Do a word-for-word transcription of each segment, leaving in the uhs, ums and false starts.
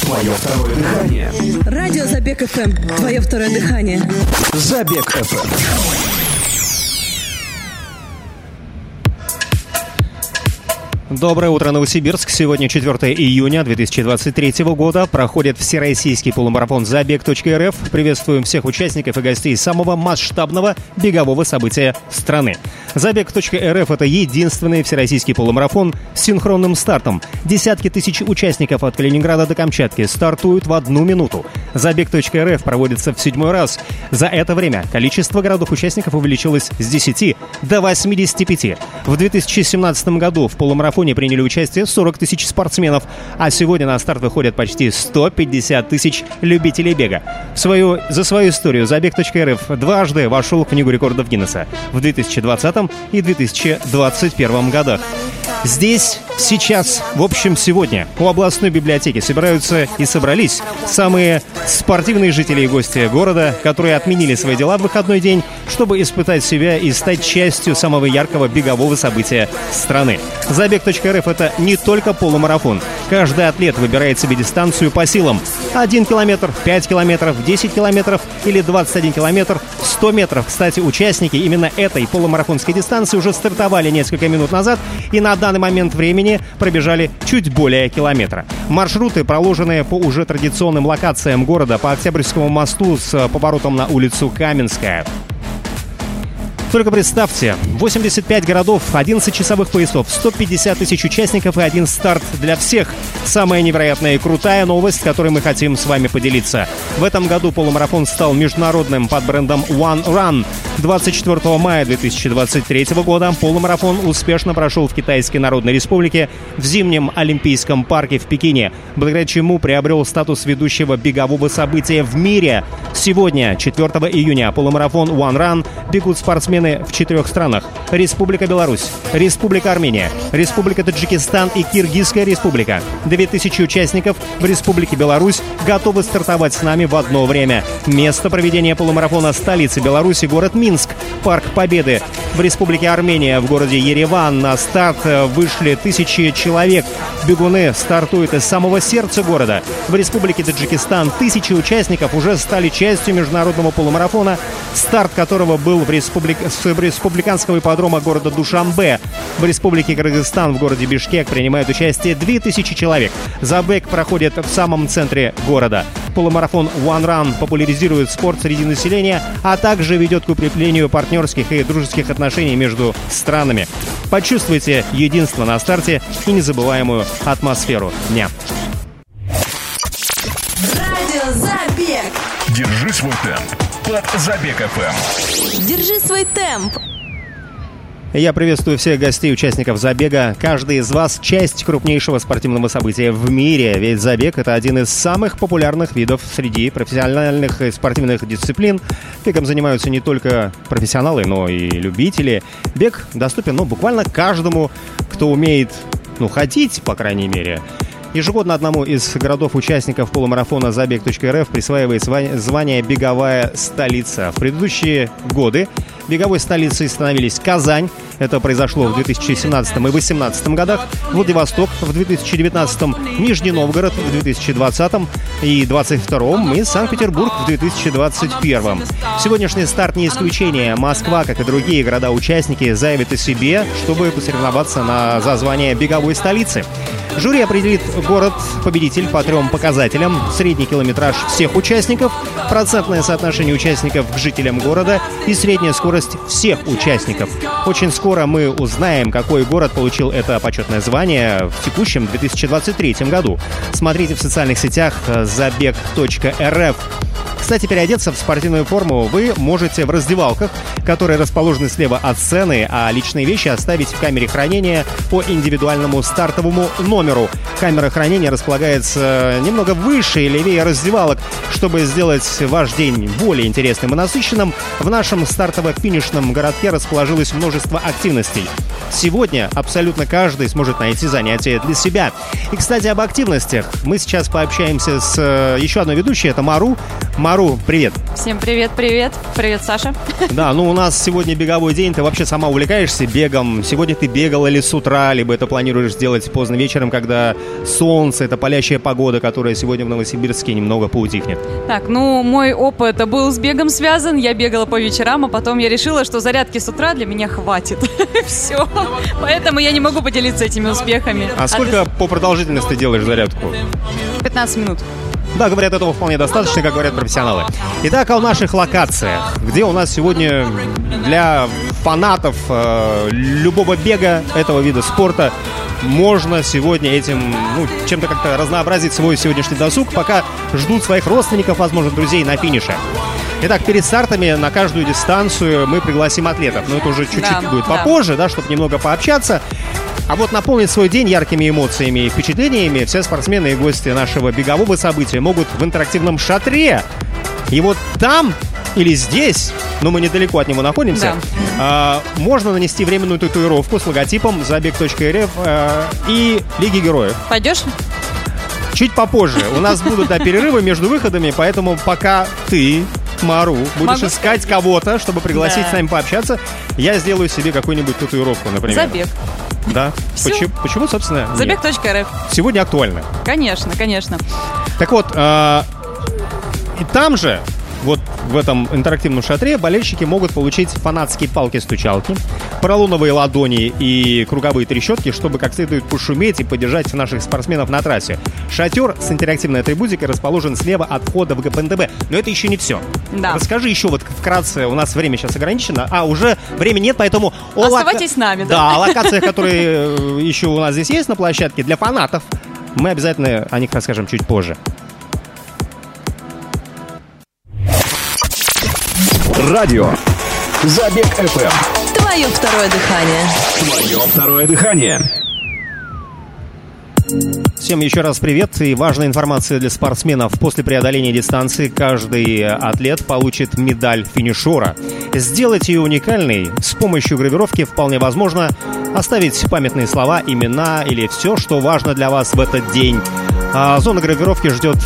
Твое второе дыхание. Радио Забег эф эм. Твое второе дыхание. Забег эф эм. Доброе утро, Новосибирск. Сегодня четвёртое июня две тысячи двадцать третьего года. Проходит всероссийский полумарафон «Забег.РФ». Приветствуем всех участников и гостей самого масштабного бегового события страны. «Забег.РФ» — это единственный всероссийский полумарафон с синхронным стартом. Десятки тысяч участников от Калининграда до Камчатки стартуют в одну минуту. «Забег.РФ» проводится в седьмой раз. За это время количество городов-участников увеличилось с десяти до восьмидесяти пяти. В две тысячи семнадцатом году в полумарафоне приняли участие сорок тысяч спортсменов, а сегодня на старт выходят почти сто пятьдесят тысяч любителей бега. В свою, за свою историю «Забег.РФ» дважды вошел в Книгу рекордов Гиннесса в две тысячи двадцатом и две тысячи двадцать первом годах. Здесь, сейчас, в общем, сегодня у областной библиотеки собираются и собрались самые спортивные жители и гости города, которые отменили свои дела в выходной день, чтобы испытать себя и стать частью самого яркого бегового события страны. «Забег.РФ» — это не только полумарафон. Каждый атлет выбирает себе дистанцию по силам. один километр, пять километров, десять километров или двадцать один километр, сто метров. Кстати, участники именно этой полумарафонской дистанции уже стартовали несколько минут назад и на данный момент времени пробежали чуть более километра. Маршруты, проложенные по уже традиционным локациям города, по Октябрьскому мосту с поворотом на улицу Каменская. Только представьте, восемьдесят пять городов, одиннадцать часовых поясов, сто пятьдесят тысяч участников и один старт для всех. Самая невероятная и крутая новость, которой мы хотим с вами поделиться. В этом году полумарафон стал международным под брендом One Run. двадцать четвёртого мая две тысячи двадцать третьего года полумарафон успешно прошел в Китайской Народной Республике в зимнем Олимпийском парке в Пекине, благодаря чему приобрел статус ведущего бегового события в мире. Сегодня, четвёртого июня, полумарафон One Run бегут спортсмены в четырех странах: Республика Беларусь, Республика Армения, Республика Таджикистан и Киргизская Республика. Две тысячи участников в Республике Беларусь готовы стартовать с нами в одно время. Место проведения полумарафона — столица Беларуси, город Минск, Парк Победы. В Республике Армения, в городе Ереван, на старт вышли тысячи человек. Бегуны стартуют из самого сердца города. В Республике Таджикистан тысячи участников уже стали частью международного полумарафона, старт которого был в республике с республиканского ипподрома города Душанбе. В Республике Кыргызстан в городе Бишкек принимают участие две тысячи человек. Забег проходит в самом центре города. Полумарафон One Run популяризирует спорт среди населения, а также ведет к укреплению партнерских и дружеских отношений между странами. Почувствуйте единство на старте и незабываемую атмосферу дня. Радио Забег. Держи свой темп под Забег эф эм. Держи свой темп. Я приветствую всех гостей, участников забега. Каждый из вас — часть крупнейшего спортивного события в мире. Ведь забег — это один из самых популярных видов среди профессиональных и спортивных дисциплин. Бегом занимаются не только профессионалы, но и любители. Бег доступен, ну, буквально каждому, кто умеет, ну, ходить, по крайней мере. Ежегодно одному из городов-участников полумарафона «Забег.РФ» присваивает звание «Беговая столица». В предыдущие годы беговой столицей становились Казань, это произошло в две тысячи семнадцатом и две тысячи восемнадцатом годах, Владивосток в две тысячи девятнадцатом, Нижний Новгород в две тысячи двадцатом и двадцать втором и Санкт-Петербург в две тысячи двадцать первом. Сегодняшний старт не исключение. Москва, как и другие города-участники, заявит о себе, чтобы посоревноваться на, за звание беговой столицы. Жюри определит город-победитель по трем показателям: средний километраж всех участников, процентное соотношение участников к жителям города и средняя скорость всех участников. Очень скоро мы узнаем, какой город получил это почетное звание в текущем две тысячи двадцать третьем году. Смотрите в социальных сетях Забег.РФ. Кстати, переодеться в спортивную форму вы можете в раздевалках, которые расположены слева от сцены, а личные вещи оставить в камере хранения по индивидуальному стартовому номеру. Камера хранения располагается немного выше и левее раздевалок. Чтобы сделать ваш день более интересным и насыщенным, в нашем стартово-финишном городке расположилось множество активностей. Сегодня абсолютно каждый сможет найти занятие для себя. И, кстати, об активностях. Мы сейчас пообщаемся с еще одной ведущей, это Мару. Мару, привет. Всем привет, привет. Привет, Саша. Да, ну у нас сегодня беговой день. Ты вообще сама увлекаешься бегом? Сегодня ты бегала или с утра, либо это планируешь сделать поздно вечером, когда солнце, это палящая погода, которая сегодня в Новосибирске немного поутихнет? Так, ну, мой опыт был с бегом связан. Я бегала по вечерам, а потом я решила, что зарядки с утра для меня хватит. Все. Поэтому я не могу поделиться этими успехами. А сколько по продолжительности делаешь зарядку? пятнадцать минут. Да, говорят, этого вполне достаточно, как говорят профессионалы. Итак, о наших локациях, где у нас сегодня для фанатов э, любого бега этого вида спорта можно сегодня этим, ну, чем-то как-то разнообразить свой сегодняшний досуг, пока ждут своих родственников, возможно, друзей на финише. Итак, перед стартами на каждую дистанцию мы пригласим атлетов. Но это уже чуть-чуть да, будет да. попозже, да, чтобы немного пообщаться. А вот наполнить свой день яркими эмоциями и впечатлениями все спортсмены и гости нашего бегового события могут в интерактивном шатре. И вот там или здесь, но мы недалеко от него находимся, да. а, можно нанести временную татуировку с логотипом забег.рф а, и Лиги Героев. Пойдешь? Чуть попозже. У нас будут, да, перерывы между выходами, поэтому пока ты, Мару, будешь Могу... искать кого-то, чтобы пригласить да. с нами пообщаться, я сделаю себе какую-нибудь татуировку, например. Забег. Да. Почему, почему, собственно, Забег.рф. Сегодня актуально. Конечно, конечно. Так вот, э, и там же, вот в этом интерактивном шатре, болельщики могут получить фанатские палки-стучалки, поролоновые ладони и круговые трещотки, чтобы как следует пошуметь и поддержать наших спортсменов на трассе. Шатер с интерактивной атрибутикой расположен слева от входа в ГПНТБ. Но это еще не все. Да. Расскажи еще вот вкратце, у нас время сейчас ограничено, а уже времени нет, поэтому... Оставайтесь с нами, да. Да, о локациях, которые еще у нас здесь есть на площадке, для фанатов, мы обязательно о них расскажем чуть позже. Радио Забег.ФМ. Твое второе дыхание. Твое второе дыхание. Всем еще раз привет и важная информация для спортсменов. После преодоления дистанции каждый атлет получит медаль финишера. Сделать ее уникальной с помощью гравировки вполне возможно. Оставить памятные слова, имена или все, что важно для вас в этот день. А зона гравировки ждет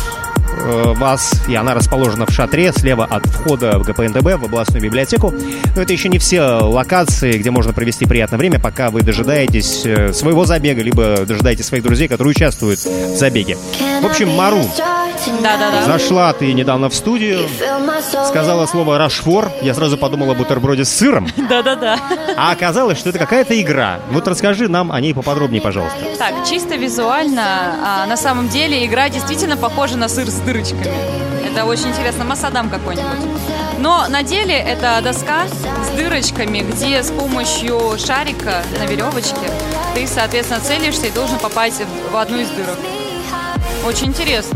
вас, и она расположена в шатре слева от входа в ГПНТБ, в областную библиотеку. Но это еще не все локации, где можно провести приятное время, пока вы дожидаетесь своего забега, либо дожидаетесь своих друзей, которые участвуют в забеге. В общем, Мару, Да-да-да. зашла ты недавно в студию, сказала слово «рашфор», я сразу подумал о бутерброде с сыром, Да-да-да. а оказалось, что это какая-то игра. Вот расскажи нам о ней поподробнее, пожалуйста. Так, чисто визуально, а, на самом деле игра действительно похожа на сыр с дырочками. Это очень интересно, масадам какой-нибудь. Но на деле это доска с дырочками, где с помощью шарика на веревочке ты, соответственно, целишься и должен попасть в одну из дырок. Очень интересно.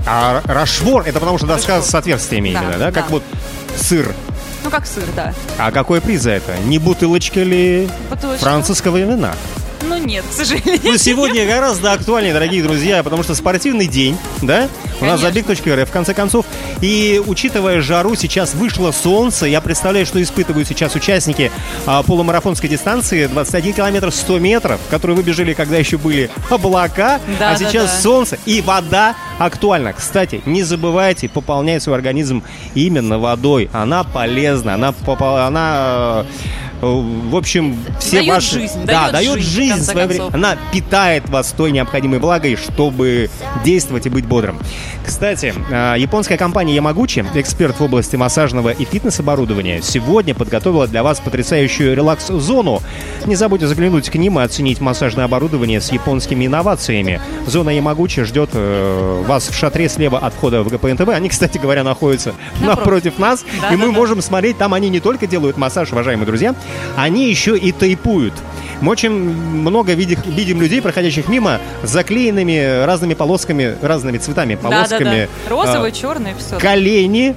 А рашфор — это потому что доска с отверстиями Да, именно, да? Как да. вот сыр. Ну, как сыр, да. А какой приз за это? Не бутылочка ли Бутылочка. французского вина? Ну, нет, к сожалению. Ну, сегодня гораздо актуальнее, дорогие друзья, потому что спортивный день, да? У нас Конечно. забег.рф, в конце концов. И, учитывая жару, сейчас вышло солнце. Я представляю, что испытывают сейчас участники а, полумарафонской дистанции двадцать один километр сто метров, которые выбежали, когда еще были облака, Да, а да, сейчас да. солнце и вода актуальна. Кстати, не забывайте пополнять свой организм именно водой. Она полезна, она, попа- она э, в общем, все Дает ваши... жизнь, да, дает дает жизнь, в жизнь конце своевременно. концов. Она питает вас той необходимой влагой, чтобы действовать и быть бодрым. Кстати, э, японская компания Ямагучи, эксперт в области массажного и фитнес-оборудования, сегодня подготовила для вас потрясающую релакс-зону. Не забудьте заглянуть к ним и оценить массажное оборудование с японскими инновациями. Зона Ямагучи ждет э, вас в шатре слева от входа в ГПНТБ. Они, кстати говоря, находятся напротив, напротив нас. Да, и мы да, можем смотреть, там они не только делают массаж, уважаемые друзья, они еще и тейпуют. Мы очень много видим, видим людей, проходящих мимо, с заклеенными разными полосками, разными цветами, полосками. Да-да-да. Розовый, а, черный, все. Колени,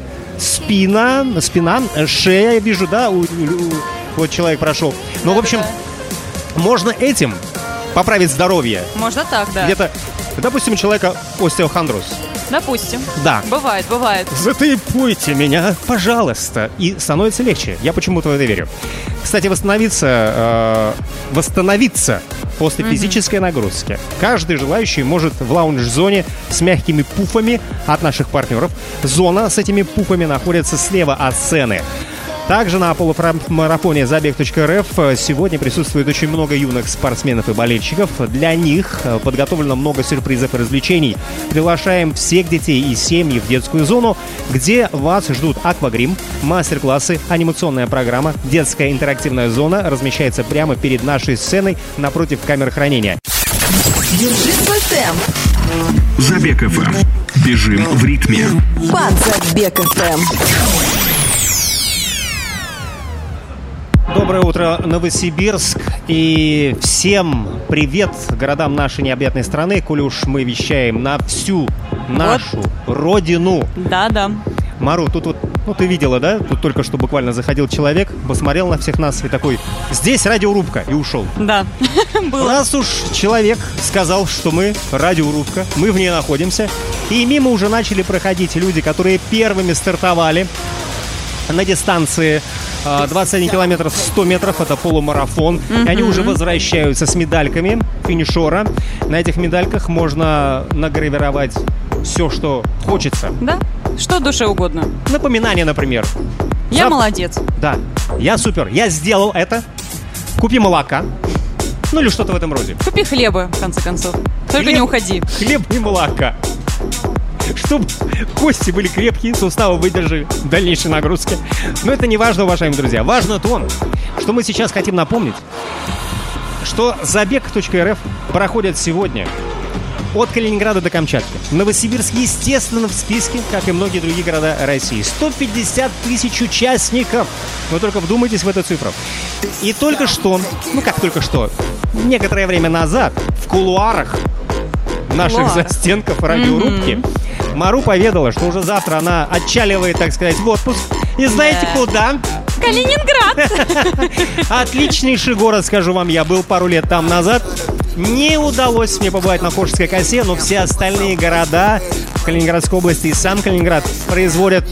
спина, спина, шея, я вижу, да, у, у- у- вот человек прошел. Ну, в общем, можно этим поправить здоровье. Можно так, да. Где-то, допустим, у человека остеохондроз. Допустим. Да. Бывает, бывает. Затейпуйте меня, пожалуйста. И становится легче. Я почему-то в это верю. Кстати, восстановиться, э, восстановиться после физической нагрузки каждый желающий может в лаунж-зоне с мягкими пуфами от наших партнеров. Зона с этими пуфами находится слева от сцены. Также на полумарафоне забег точка эр эф сегодня присутствует очень много юных спортсменов и болельщиков. Для них подготовлено много сюрпризов и развлечений. Приглашаем всех детей и семьи в детскую зону, где вас ждут аквагрим, мастер-классы, анимационная программа, детская интерактивная зона размещается прямо перед нашей сценой напротив камер хранения. Держи свой темп. Забег эф эм. Бежим в ритме. Под Забег эф эм. Доброе утро, Новосибирск, и всем привет городам нашей необъятной страны, коли уж мы вещаем на всю нашу вот. родину. Да-да. Мару, тут вот, ну ты видела, да? Тут только что буквально заходил человек, посмотрел на всех нас и такой: здесь радиорубка, и ушел. Да, было. Раз уж человек сказал, что мы радиорубка, мы в ней находимся, и мимо уже начали проходить люди, которые первыми стартовали на дистанции двадцать один километр сто метров, это полумарафон. Mm-hmm. И они уже возвращаются с медальками финишера. На этих медальках можно награвировать все, что хочется. Да, что душе угодно. Напоминание, например. Я Зав... молодец. Да, я супер, я сделал это. Купи молока. Ну или что-то в этом роде. Купи хлеба, в конце концов. Только Хлеб... не уходи. Хлеб и молока. Чтобы кости были крепкие, суставы выдержали дальнейшей нагрузки. Но это не важно, уважаемые друзья. Важно то, что мы сейчас хотим напомнить, что забег точка эр эф проходит сегодня от Калининграда до Камчатки. Новосибирск, естественно, в списке, как и многие другие города России. сто пятьдесят тысяч участников. Вы только вдумайтесь в эту цифру. И только что, ну как только что, некоторое время назад в кулуарах наших Класс. застенков радиорубки mm-hmm. Мару поведала, что уже завтра она отчаливает, так сказать, в отпуск. И знаете yeah. куда? Калининград! Отличнейший город, скажу вам, я был пару лет там назад. Не удалось мне побывать на Кошевской косе, но все остальные города в Калининградской области и сам Калининград производят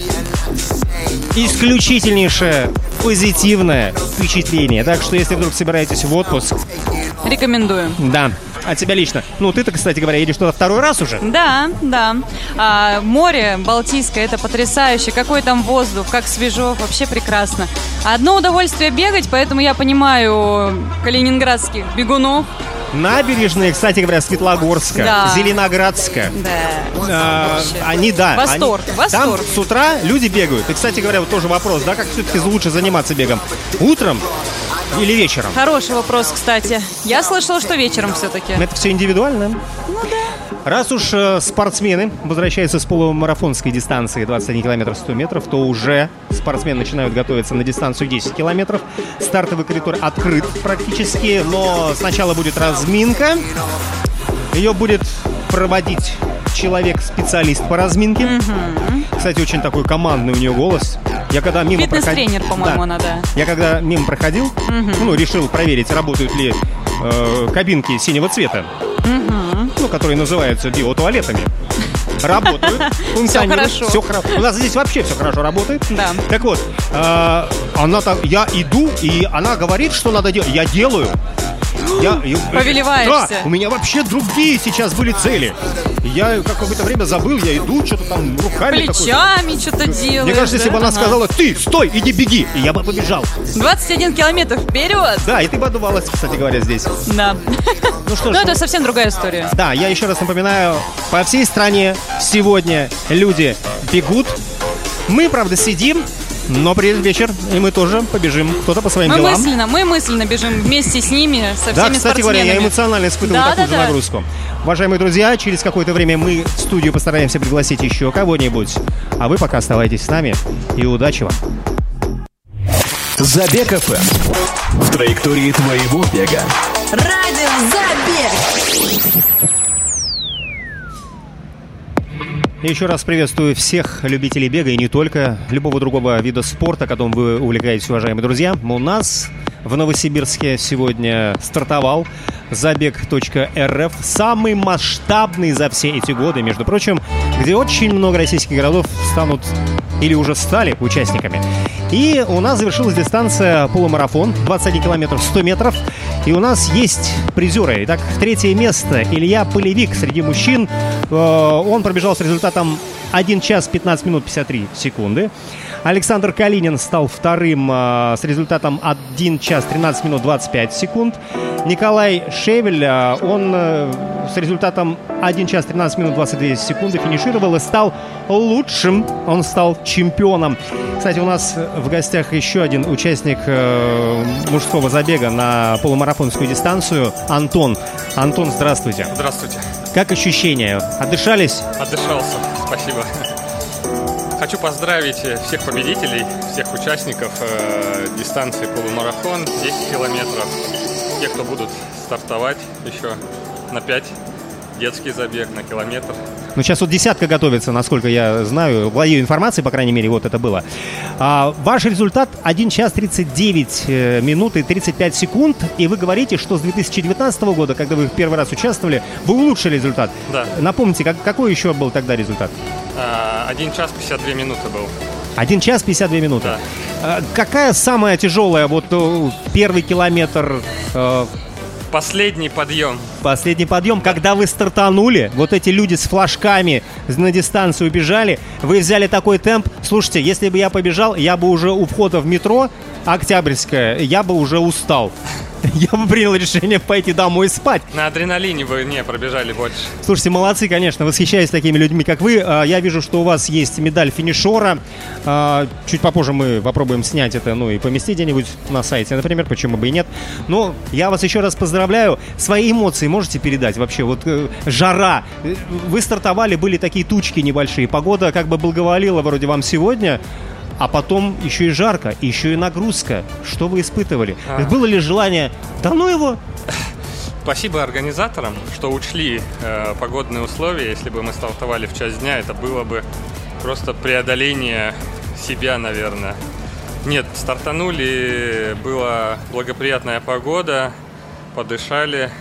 исключительнейшее позитивное впечатление. Так что, если вдруг собираетесь в отпуск... Рекомендую. Да. От тебя лично. Ну, ты-то, кстати говоря, едешь туда второй раз уже? Да, да. А, море Балтийское, это потрясающе. Какой там воздух, как свежо, вообще прекрасно. Одно удовольствие бегать, поэтому я понимаю калининградских бегунов. Набережные, кстати говоря, Светлогорска, да. Зеленоградска. Да. А, они, да. Восторг, они, восторг. Там с утра люди бегают. И, кстати говоря, вот тоже вопрос, да, как все-таки лучше заниматься бегом? Утром или вечером? Хороший вопрос, кстати. Я слышала, что вечером все-таки. Это все индивидуально. Ну да. Раз уж э, спортсмены возвращаются с полумарафонской дистанции двадцать один километр сто метров, то уже спортсмены начинают готовиться на дистанцию десять километров. Стартовый коридор открыт практически, но сначала будет разминка. Ее будет проводить человек-специалист по разминке. Mm-hmm. Кстати, очень такой командный у нее голос. Я когда мимо Фитнес-тренер, проходил, по-моему, да, она, да. Я когда мимо проходил, mm-hmm. ну, решил проверить, работают ли э, кабинки синего цвета, mm-hmm. ну, которые называются биотуалетами. Работают, функционируют. Все хорошо. Все хорошо. У нас здесь вообще все хорошо работает. Да. Так вот, э, она так, я иду, и она говорит, что надо делать. Я делаю. Я, Повелеваешься. Да, у меня вообще другие сейчас были цели. Я какое-то время забыл, я иду, что-то там руками. Плечами что-то делаешь. Мне кажется, если да? бы она ага. сказала: ты, стой, иди беги, и я бы побежал. двадцать один километр вперед. Да, и ты бы отдувалась, кстати говоря, здесь. Да. Ну что ж. Но это совсем другая история. Да, я еще раз напоминаю, по всей стране сегодня люди бегут. Мы, правда, сидим, но приедет вечер, и мы тоже побежим. Кто-то по своим мы делам. Мысленно, мы мысленно бежим вместе с ними, со всеми да, кстати говоря, я эмоционально испытываю да, такую да, же да. нагрузку. Уважаемые друзья, через какое-то время мы в студию постараемся пригласить еще кого-нибудь. А вы пока оставайтесь с нами, и удачи вам. Забег эф эм. В траектории твоего бега. Радио Забег. Еще раз приветствую всех любителей бега и не только, любого другого вида спорта, которым вы увлекаетесь, уважаемые друзья. У нас в Новосибирске сегодня стартовал забег точка эр эф, самый масштабный за все эти годы, между прочим, где очень много российских городов станут или уже стали участниками. И у нас завершилась дистанция полумарафон, двадцать один километр сто метров. И у нас есть призеры. Итак, третье место Илья Полевик среди мужчин. Он пробежал с результатом один час пятнадцать минут пятьдесят три секунды. Александр Калинин стал вторым э, с результатом один час тринадцать минут двадцать пять секунд. Николай Шевель, э, он э, с результатом один час тринадцать минут двадцать две секунды финишировал и стал лучшим. Он стал чемпионом. Кстати, у нас в гостях еще один участник э, мужского забега на полумарафонскую дистанцию, Антон. Антон, здравствуйте. Здравствуйте. Как ощущения? Отдышались? Отдышался, спасибо. Хочу поздравить всех победителей, всех участников э, дистанции полумарафон, десять километров. Те, кто будут стартовать еще на пять, детский забег на километр. Ну, сейчас вот десятка готовится, насколько я знаю, владею информацией, по крайней мере, вот это было. А, ваш результат один час тридцать девять минут и тридцать пять секунд, и вы говорите, что с две тысячи девятнадцатого года, когда вы в первый раз участвовали, вы улучшили результат. Да. Напомните, как, какой еще был тогда результат? один час пятьдесят две минуты был. один час пятьдесят две минуты. Да. А, какая самая тяжелая, вот первый километр... Э, Последний подъем. Последний подъем, когда вы стартанули, вот эти люди с флажками на дистанцию убежали, вы взяли такой темп. Слушайте, если бы я побежал, я бы уже у входа в метро Октябрьское, я бы уже устал. Я бы принял решение пойти домой спать. На адреналине вы не пробежали больше. Слушайте, молодцы, конечно, восхищаюсь такими людьми, как вы. Я вижу, что у вас есть медаль финишера. Чуть попозже мы попробуем снять это, ну и поместить где-нибудь на сайте, например, почему бы и нет. Но я вас еще раз поздравляю. Свои эмоции можете передать вообще? Вот жара. Вы стартовали, были такие тучки небольшие. Погода как бы благоволила вроде вам сегодня. А потом еще и жарко, еще и нагрузка. Что вы испытывали? А. Было ли желание, да ну его? Спасибо организаторам, что учли э, погодные условия. Если бы мы стартовали в час дня, это было бы просто преодоление себя, наверное. Нет, стартанули, была благоприятная погода, подышали.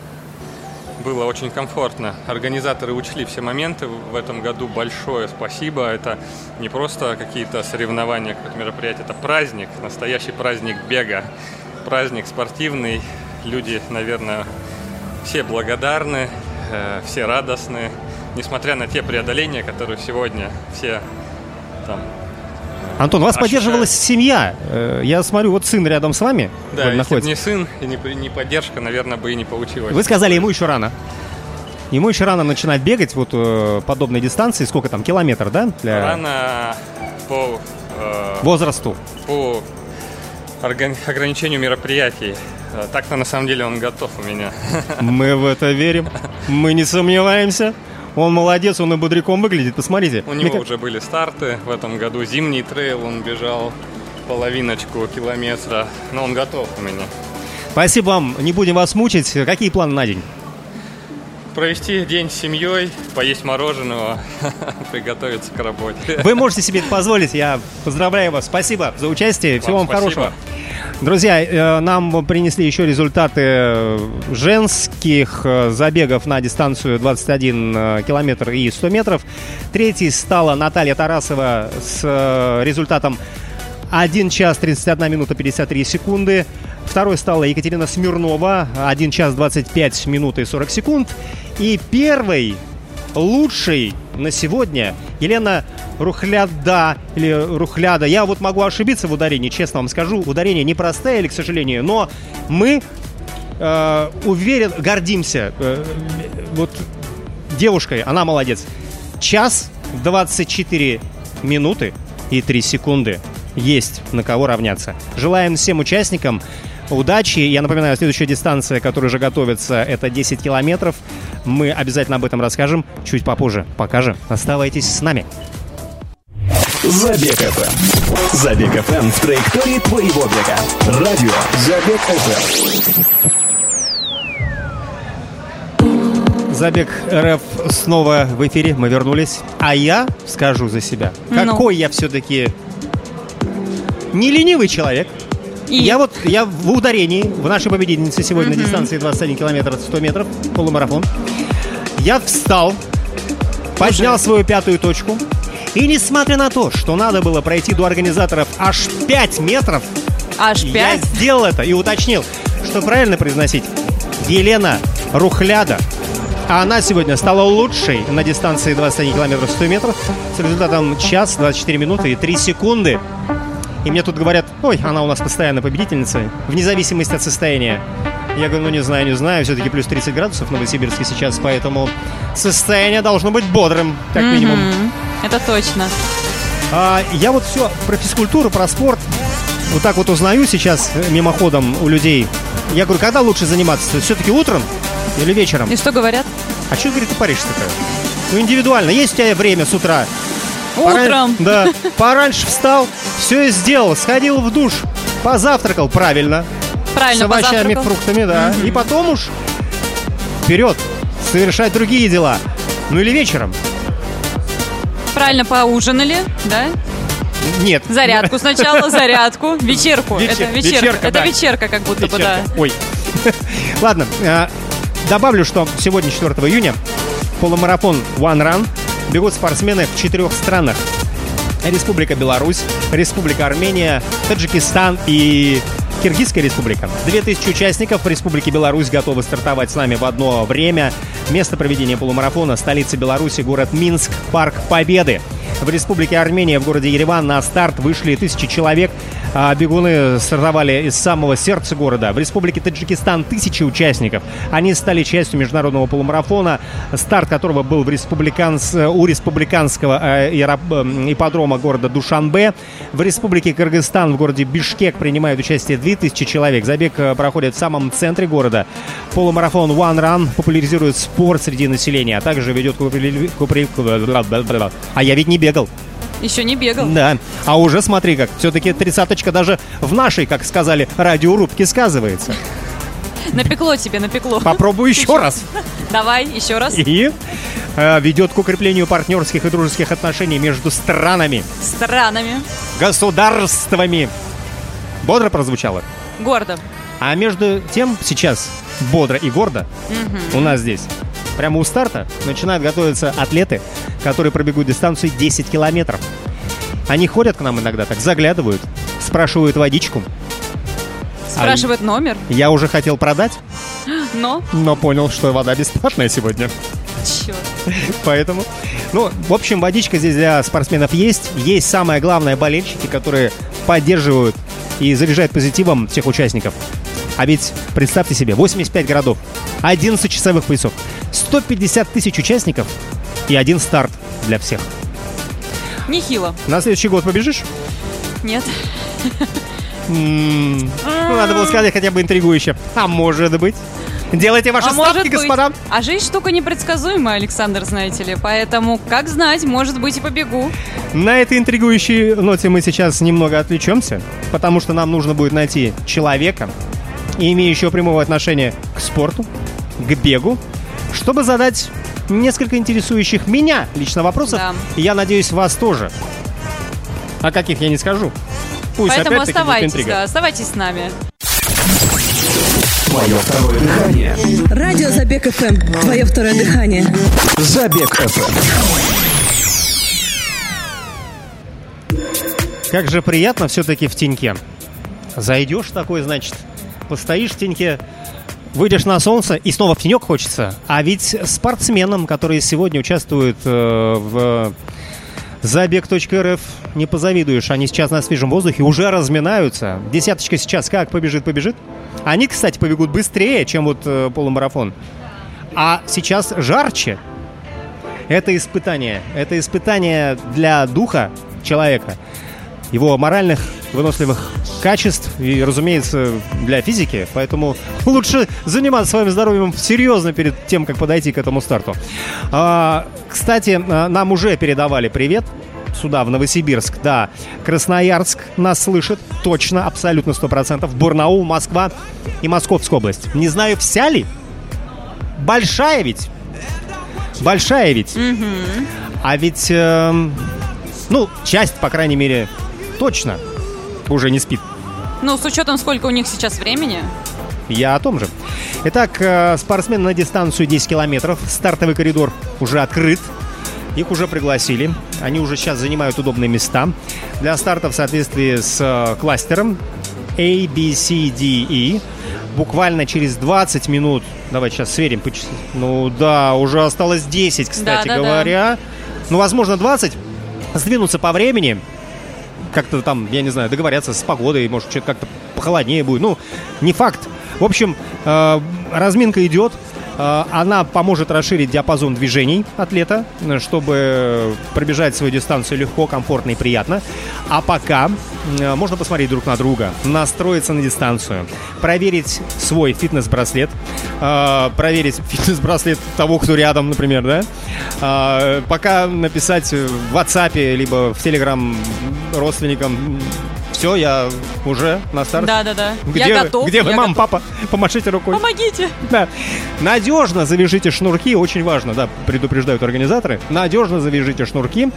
Было очень комфортно. Организаторы учли все моменты. В этом году большое спасибо. Это не просто какие-то соревнования, какое-то мероприятие. Это праздник, настоящий праздник бега. Праздник спортивный. Люди, наверное, все благодарны, э, все радостны. Несмотря на те преодоления, которые сегодня все там... Антон, вас ощущают. Поддерживалась семья. Я смотрю, вот сын рядом с вами. Да, если находится. бы не сын и не, не поддержка, наверное, бы и не получилось. Вы сказали, ему еще рано. Ему еще рано начинать бегать вот подобной дистанции. Сколько там, километр, да? Для... Рано по... Э, возрасту. По органи- ограничению мероприятий. Так-то на самом деле он готов у меня. Мы в это верим. Мы не сомневаемся. Он молодец, он и бодряком выглядит, посмотрите. У него Мне... уже были старты в этом году. Зимний трейл, он бежал половиночку километра. Но он готов у меня. Спасибо вам, не будем вас мучить. Какие планы на день? Провести день с семьей, поесть мороженого, приготовиться к работе. Вы можете себе это позволить, я поздравляю вас. Спасибо за участие, всего вам, вам хорошего. Друзья, нам принесли еще результаты женских забегов на дистанцию двадцать один километр и сто метров. Третьей стала Наталья Тарасова с результатом один час тридцать одна минута пятьдесят три секунды. Второй стала Екатерина Смирнова, один час двадцать пять минут и сорок секунд. И первой, лучшей на сегодня Елена Рухляда, или Рухляда. Я вот могу ошибиться в ударении, честно вам скажу. Ударение непростое, к сожалению, но мы э, уверен, гордимся. Э, вот девушкой, она молодец. Час двадцать четыре минуты и три секунды. Есть на кого равняться. Желаем всем участникам удачи. Я напоминаю, следующая дистанция, которая уже готовится, это десять километров. Мы обязательно об этом расскажем чуть попозже. Пока же оставайтесь с нами. Забег эф эм. Забег эф эм в траектории твоего бега. Радио Забег эф эм. Забег РФ снова в эфире. Мы вернулись. А я скажу за себя. Ну. Какой я все-таки не ленивый человек. И? Я вот, я в ударении, в нашей победительнице сегодня mm-hmm. на дистанции двадцать один километр сто метров, полумарафон. Я встал, поднял Слушай. свою пятую точку. И несмотря на то, что надо было пройти до организаторов аж пять метров, аж пять? Я сделал это и уточнил, что правильно произносить. Елена Рухляда А она сегодня стала лучшей на дистанции двадцать один километр сто метров с результатом час, двадцать четыре минуты и три секунды. И мне тут говорят, ой, она у нас постоянно победительница, вне зависимости от состояния. Я говорю, ну не знаю, не знаю, все-таки плюс тридцать градусов в Новосибирске сейчас, поэтому состояние должно быть бодрым, как минимум. Mm-hmm. Это точно. А, я вот все про физкультуру, про спорт вот так вот узнаю сейчас мимоходом у людей. Я говорю, когда лучше заниматься? Все-таки утром или вечером? И что говорят? А что, говорит, ты паришься такая? Ну, индивидуально. Есть у тебя время с утра? Утром. Поран... Да. Пораньше встал, все сделал, сходил в душ, позавтракал, правильно. Правильно, с овощами, позавтракал. фруктами, да. Mm-hmm. И потом уж вперед, совершать другие дела. Ну или вечером. Правильно поужинали, да? Нет. Зарядку сначала, зарядку, вечерку. Вечер- Это вечерка, вечерка, это да. вечерка как будто бы, да. Вечерка. Ой. Ладно, э, добавлю, что сегодня, четвёртого июня, полумарафон One Run бегут спортсмены в четырех странах. Республика Беларусь, Республика Армения, Таджикистан и Киргизская республика. Две тысячи участников в Республике Беларусь готовы стартовать с нами в одно время. Место проведения полумарафона — столица Беларуси, город Минск, Парк Победы. В Республике Армения, в городе Ереван, на старт вышли тысячи человек. А бегуны стартовали из самого сердца города. В Республике Таджикистан тысячи участников. Они стали частью международного полумарафона, старт которого был в республиканс... у республиканского э, ипподрома города Душанбе. В Республике Кыргызстан, в городе Бишкек, принимают участие две тысячи человек. Забег проходит в самом центре города. Полумарафон One Run популяризирует спорт среди населения, а также ведет к упри... А я ведь не бегал. Еще не бегал. Да, а уже смотри как, все-таки тридцаточка даже в нашей, как сказали, радиорубке сказывается. Напекло тебе, напекло. Попробуй еще раз. Давай, еще раз. И э, ведет к укреплению партнерских и дружеских отношений между странами, Странами. государствами. Бодро прозвучало? Гордо. А между тем сейчас бодро и гордо у нас здесь прямо у старта начинают готовиться атлеты, которые пробегут дистанцию десять километров. Они ходят к нам иногда так, заглядывают, спрашивают водичку. Спрашивает номер. Я уже хотел продать, Но. но понял, что вода бесплатная сегодня. Черт. Поэтому, ну, в общем, водичка здесь для спортсменов есть. Есть самое главное болельщики, которые поддерживают и заряжают позитивом всех участников. А ведь, представьте себе, восемьдесят пять городов, одиннадцать часовых поясов, сто пятьдесят тысяч участников и один старт для всех. Нехило. На следующий год побежишь? Нет. М-м-м. Ну, надо было сказать хотя бы интригующе. А может быть. Делайте ваши А может ставки, быть. господа. А жизнь штука непредсказуемая, Александр, знаете ли. Поэтому, как знать, может быть и побегу. На этой интригующей ноте мы сейчас немного отвлечемся, потому что нам нужно будет найти человека, имеющего прямого отношения к спорту, к бегу, чтобы задать несколько интересующих меня лично вопросов. Да. И я надеюсь, вас тоже. А каких я не скажу. Пусть Поэтому опять-таки будет оставайтесь, интрига. да, оставайтесь с нами. Твое второе дыхание. Радио Забег эф эм. Твое второе дыхание. Забег эф эм. Как же приятно все-таки в теньке. Зайдешь такой, значит, постоишь в теньке, выйдешь на солнце и снова в тенек хочется. А ведь спортсменам, которые сегодня участвуют э, в забег точка эр эф, не позавидуешь. Они сейчас на свежем воздухе уже разминаются. Десяточка сейчас как побежит, побежит. Они, кстати, побегут быстрее, чем вот э, полумарафон. А сейчас жарче. Это испытание. Это испытание для духа человека, его моральных, выносливых качеств и, разумеется, для физики. Поэтому лучше заниматься своим здоровьем серьезно перед тем, как подойти к этому старту. А, кстати, нам уже передавали привет сюда, в Новосибирск. Да, Красноярск нас слышит точно, абсолютно сто процентов. Барнаул, Москва и Московская область. Не знаю, вся ли? Большая ведь? Большая ведь? Угу. А ведь, э, ну, часть, по крайней мере, точно уже не спит. Ну, с учетом, сколько у них сейчас времени. Я о том же. Итак, э, спортсмены на дистанцию десять километров. Стартовый коридор уже открыт. Их уже пригласили. Они уже сейчас занимают удобные места. Для старта в соответствии с э, кластером A, B, C, D, E. буквально через двадцать минут, давайте сейчас сверим, ну да, уже осталось десять, кстати да, да, говоря, да. ну, возможно, двадцать, сдвинуться по времени, как-то там, я не знаю, договорятся с погодой, может, что-то как-то похолоднее будет, ну, не факт. В общем, э, разминка идет. Она поможет расширить диапазон движений атлета, чтобы пробежать свою дистанцию легко, комфортно и приятно. А пока можно посмотреть друг на друга, настроиться на дистанцию, проверить свой фитнес-браслет, проверить фитнес-браслет того, кто рядом, например, да? Пока написать в WhatsApp либо в Telegram родственникам: все, я уже на старте. Да-да-да. Где, я готов. Где вы, я мам, готов. папа? Помашите рукой. Помогите. Да. Надежно завяжите шнурки. Очень важно, да, предупреждают организаторы. Надежно завяжите шнурки.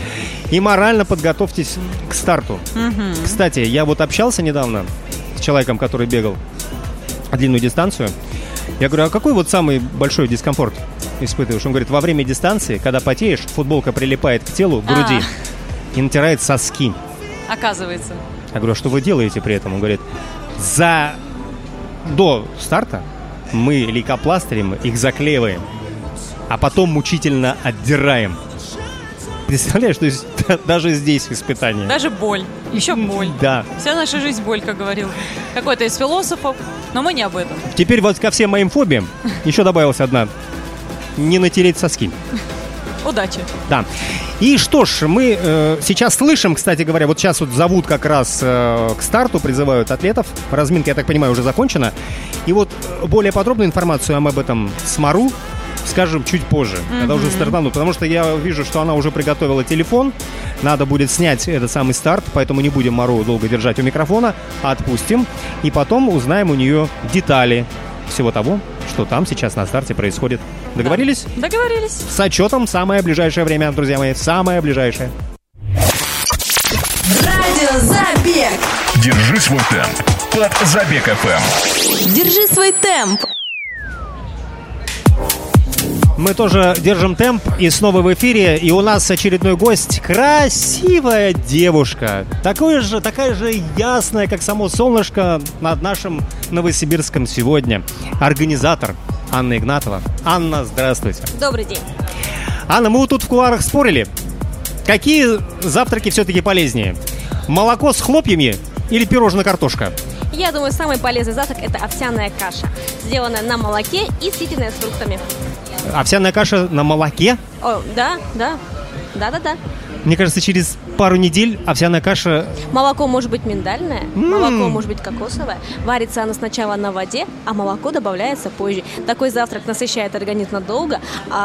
И морально подготовьтесь к старту. Угу. Кстати, я вот общался недавно с человеком, который бегал длинную дистанцию. Я говорю: а какой вот самый большой дискомфорт испытываешь? Он говорит: во время дистанции, когда потеешь, футболка прилипает к телу, к груди А. и натирает соски. Оказывается. Я говорю: а что вы делаете при этом? Он говорит: за... до старта мы лейкопластырем их заклеиваем, а потом мучительно отдираем. Представляешь, то есть даже здесь испытание. Даже боль. Еще боль. Да. Вся наша жизнь боль, как говорил какой-то из философов, но мы не об этом. Теперь вот ко всем моим фобиям еще добавилась одна: не натереть соски. Удачи. Да. И что ж, мы э, сейчас слышим, кстати говоря, вот сейчас вот зовут как раз э, к старту, призывают атлетов. Разминка, я так понимаю, уже закончена. И вот более подробную информацию об этом СМАРУ скажем чуть позже, mm-hmm. когда уже стартанут. Потому что я вижу, что она уже приготовила телефон. Надо будет снять этот самый старт, поэтому не будем Мару долго держать у микрофона, отпустим. И потом узнаем у нее детали всего того, что там сейчас на старте происходит. Договорились? Да. Договорились. С отчетом в самое ближайшее время, друзья мои, самое ближайшее. Радиозабег. Держи свой темп под Забег эф эм. Держи свой темп. Мы тоже держим темп и снова в эфире. И у нас очередной гость. Красивая девушка. Такое же, такая же ясная, как само солнышко над нашим Новосибирском сегодня. Организатор Анна Игнатова. Анна, здравствуйте. Добрый день. Анна, мы вот тут в кулуарах спорили. Какие завтраки все-таки полезнее? Молоко с хлопьями или пирожно-картошка? Я думаю, самый полезный завтрак – это овсяная каша, сделанная на молоке и съеденная с фруктами. Овсяная каша на молоке? О, да, да, да-да-да. Мне кажется, через пару недель овсяная каша... Молоко может быть миндальное, М-м. молоко может быть кокосовое. Варится оно сначала на воде, а молоко добавляется позже. Такой завтрак насыщает организм надолго,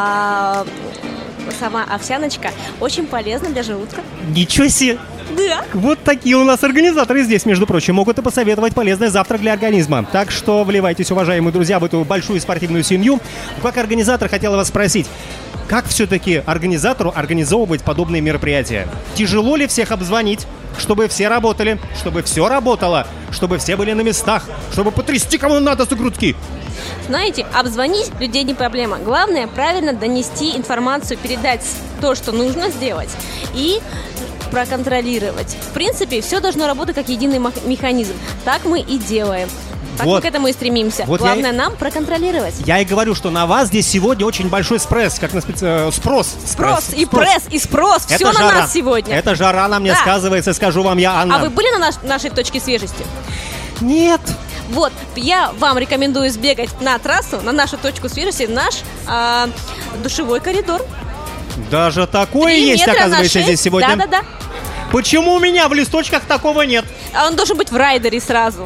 а сама овсяночка очень полезна для желудка. Ничего себе! Да. Вот такие у нас организаторы здесь, между прочим, могут и посоветовать полезный завтрак для организма. Так что вливайтесь, уважаемые друзья, в эту большую спортивную семью. Как организатор хотела вас спросить, как все-таки организатору организовывать подобные мероприятия? Тяжело ли всех обзвонить, чтобы все работали, чтобы все работало, чтобы все были на местах, чтобы потрясти кому надо за грудки? Знаете, обзвонить людей не проблема. Главное правильно донести информацию, передать то, что нужно сделать, и проконтролировать. В принципе, все должно работать как единый механизм. Так мы и делаем. Так вот. Мы к этому и стремимся. Вот главное я... нам проконтролировать. Я и говорю, что на вас здесь сегодня очень большой спресс, как на специ... спрос. Спрос, спрос и спрос. пресс, и спрос. Это все жара. На нас сегодня. Это жара на мне да. сказывается, скажу вам я, Анна. А вы были на наш... нашей точке свежести? Нет. Вот, я вам рекомендую сбегать на трассу, на нашу точку свежести, наш а, душевой коридор. Даже такое есть, оказывается, здесь сегодня? Да-да-да. Почему у меня в листочках такого нет? А он должен быть в райдере сразу.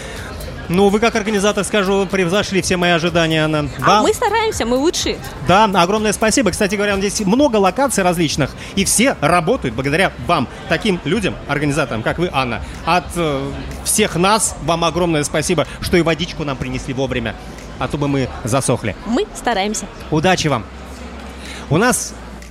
Ну, вы как организатор, скажу, превзошли все мои ожидания, Анна. А да. мы стараемся, мы лучшие. Да, огромное спасибо. Кстати говоря, здесь много локаций различных, и все работают благодаря вам, таким людям, организаторам, как вы, Анна. От э, всех нас вам огромное спасибо, что и водичку нам принесли вовремя, а то бы мы засохли. Мы стараемся. Удачи вам. У нас,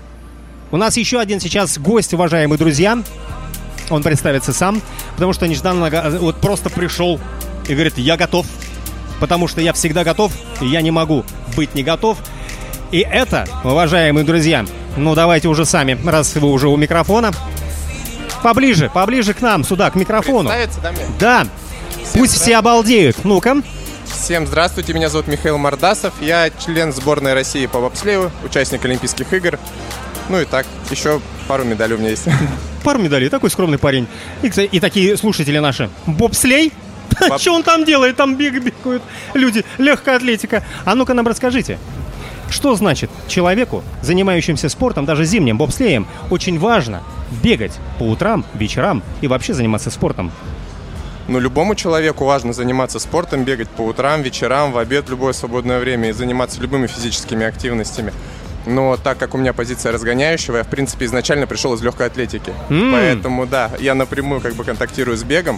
у нас еще один сейчас гость, уважаемые друзья. Он представится сам, потому что нежданно вот просто пришел и говорит: я готов, потому что я всегда готов, и я не могу быть не готов. И это, уважаемые друзья, ну давайте уже сами, раз вы уже у микрофона, поближе, поближе к нам, сюда, к микрофону. Представиться, да, мне? Да, Всем пусть здравствуйте. все обалдеют. Ну-ка. Всем здравствуйте, меня зовут Михаил Мордасов, я член сборной России по бобслею, участник Олимпийских игр. Ну и так, еще пару медалей у меня есть. Пару медалей, такой скромный парень. И, кстати, и такие слушатели наши. Бобслей? Боб... Что он там делает? Там бег, бегают люди. Легкая атлетика. А ну-ка нам расскажите. Что значит человеку, занимающимся спортом, даже зимним бобслеем, очень важно бегать по утрам, вечерам и вообще заниматься спортом? Ну, любому человеку важно заниматься спортом, бегать по утрам, вечерам, в обед, в любое свободное время и заниматься любыми физическими активностями. Но так как у меня позиция разгоняющего, я, в принципе, изначально пришел из легкой атлетики. Mm. Поэтому, да, я напрямую как бы контактирую с бегом.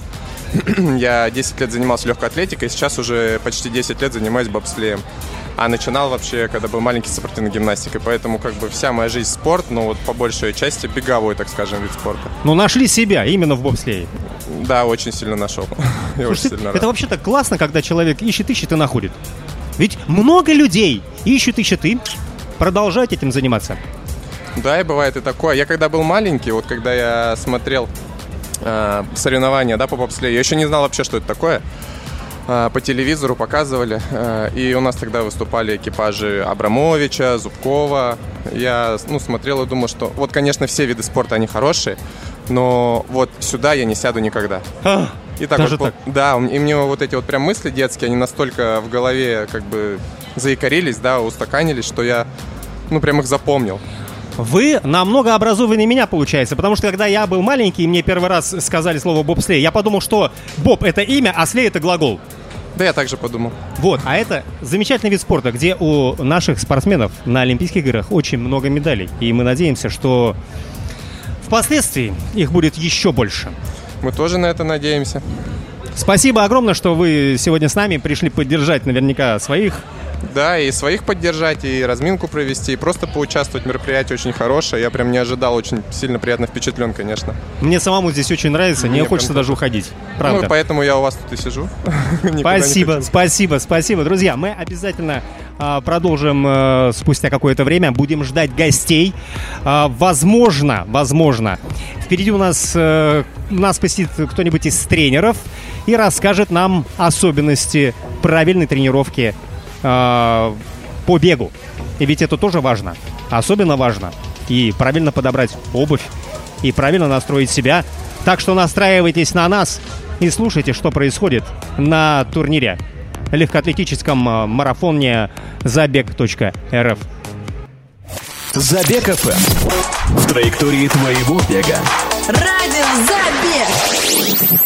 Я десять лет занимался легкой атлетикой, сейчас уже почти десять лет занимаюсь бобслеем. А начинал вообще, когда был маленький, спортивной гимнастикой. Поэтому как бы вся моя жизнь спорт, но вот по большей части беговой, так скажем, вид спорта. Ну, нашли себя именно в бобслее. Да, очень сильно нашел. Я очень сильно рад. Это вообще-то классно, когда человек ищет, ищет и находит. Ведь много людей ищут, ищут и продолжают этим заниматься. Да, и бывает и такое. Я когда был маленький, вот когда я смотрел э, соревнования, да, по бобслею, я еще не знал вообще, что это такое. Э, по телевизору показывали. Э, и у нас тогда выступали экипажи Абрамовича, Зубкова. Я, ну, смотрел и думал, что вот, конечно, все виды спорта, они хорошие, но вот сюда я не сяду никогда. А, и так даже вот, так? Да, и мне вот эти вот прям мысли детские, они настолько в голове как бы заикарились, да, устаканились, что я, ну, прям их запомнил. Вы намного образованнее меня, получается, потому что когда я был маленький, и мне первый раз сказали слово бобслей, я подумал, что боб — это имя, а слей — это глагол. Да, я также подумал. Вот, а это замечательный вид спорта, где у наших спортсменов на Олимпийских играх очень много медалей. И мы надеемся, что впоследствии их будет еще больше. Мы тоже на это надеемся. Спасибо огромное, что вы сегодня с нами пришли поддержать наверняка своих. Да, и своих поддержать, и разминку провести, и просто поучаствовать. Мероприятие очень хорошее. Я прям не ожидал, очень сильно приятно впечатлен, конечно. Мне самому здесь очень нравится, мне не хочется даже уходить. Правда. Ну, поэтому я у вас тут и сижу. Спасибо, спасибо, спасибо. Друзья, мы обязательно а, продолжим а, спустя какое-то время. Будем ждать гостей. А, возможно, возможно, впереди у нас а, нас посетит кто-нибудь из тренеров и расскажет нам особенности правильной тренировки по бегу. И ведь это тоже важно. Особенно важно и правильно подобрать обувь, и правильно настроить себя. Так что настраивайтесь на нас и слушайте, что происходит на турнире легкоатлетическом марафоне забег точка эр эф. Забег эф эм. В траектории твоего бега. Радио Забег.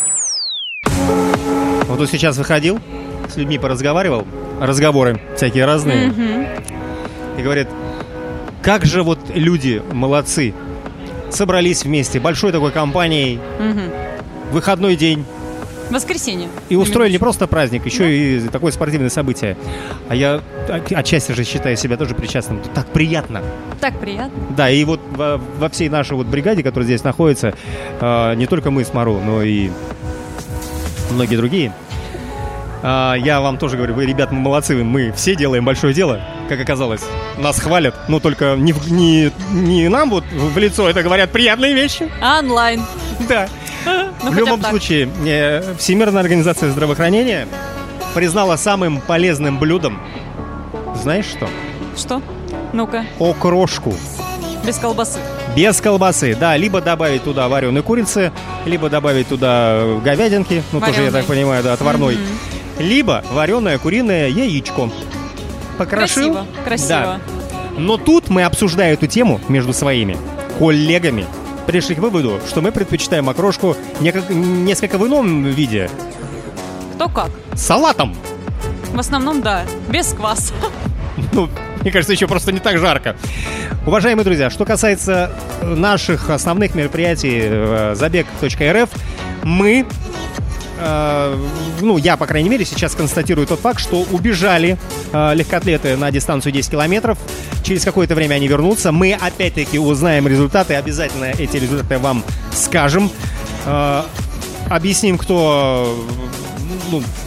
Вот тут сейчас выходил, с людьми поразговаривал, разговоры всякие разные. Mm-hmm. И говорят, как же вот люди молодцы, собрались вместе, большой такой компанией, mm-hmm. выходной день. Воскресенье. И устроили не просто праздник, еще да. и такое спортивное событие. А я отчасти же считаю себя тоже причастным. Так приятно. Так приятно. Да, и вот во, во всей нашей вот бригаде, которая здесь находится, э, не только мы с Мару, но и многие другие. Э, я вам тоже говорю, вы, ребят, мы молодцы, мы все делаем большое дело, как оказалось. Нас хвалят, но только не, не, не нам вот в лицо это говорят приятные вещи. А онлайн. Да. Ну, в любом случае, Всемирная организация здравоохранения признала самым полезным блюдом, знаешь что? Что? Ну-ка. Окрошку. Без колбасы. Без колбасы, да. Либо добавить туда вареной курицы, либо добавить туда говядинки, ну вареной. Тоже, я так понимаю, да, отварной. Mm-hmm. Либо вареное куриное яичко. Покрошил. Красиво, красиво. Да. Но тут мы, обсуждая эту тему между своими коллегами, пришли к выводу, что мы предпочитаем окрошку несколько в ином виде. Кто как? С салатом. В основном, да, без кваса. Ну, мне кажется, еще просто не так жарко. Уважаемые друзья, что касается наших основных мероприятий забег точка эр эф, мы, э, ну, я, по крайней мере, сейчас констатирую тот факт, что убежали э, легкоатлеты на дистанцию десять километров. Через какое-то время они вернутся. Мы опять-таки узнаем результаты. Обязательно эти результаты вам скажем. Э, объясним, кто, ну,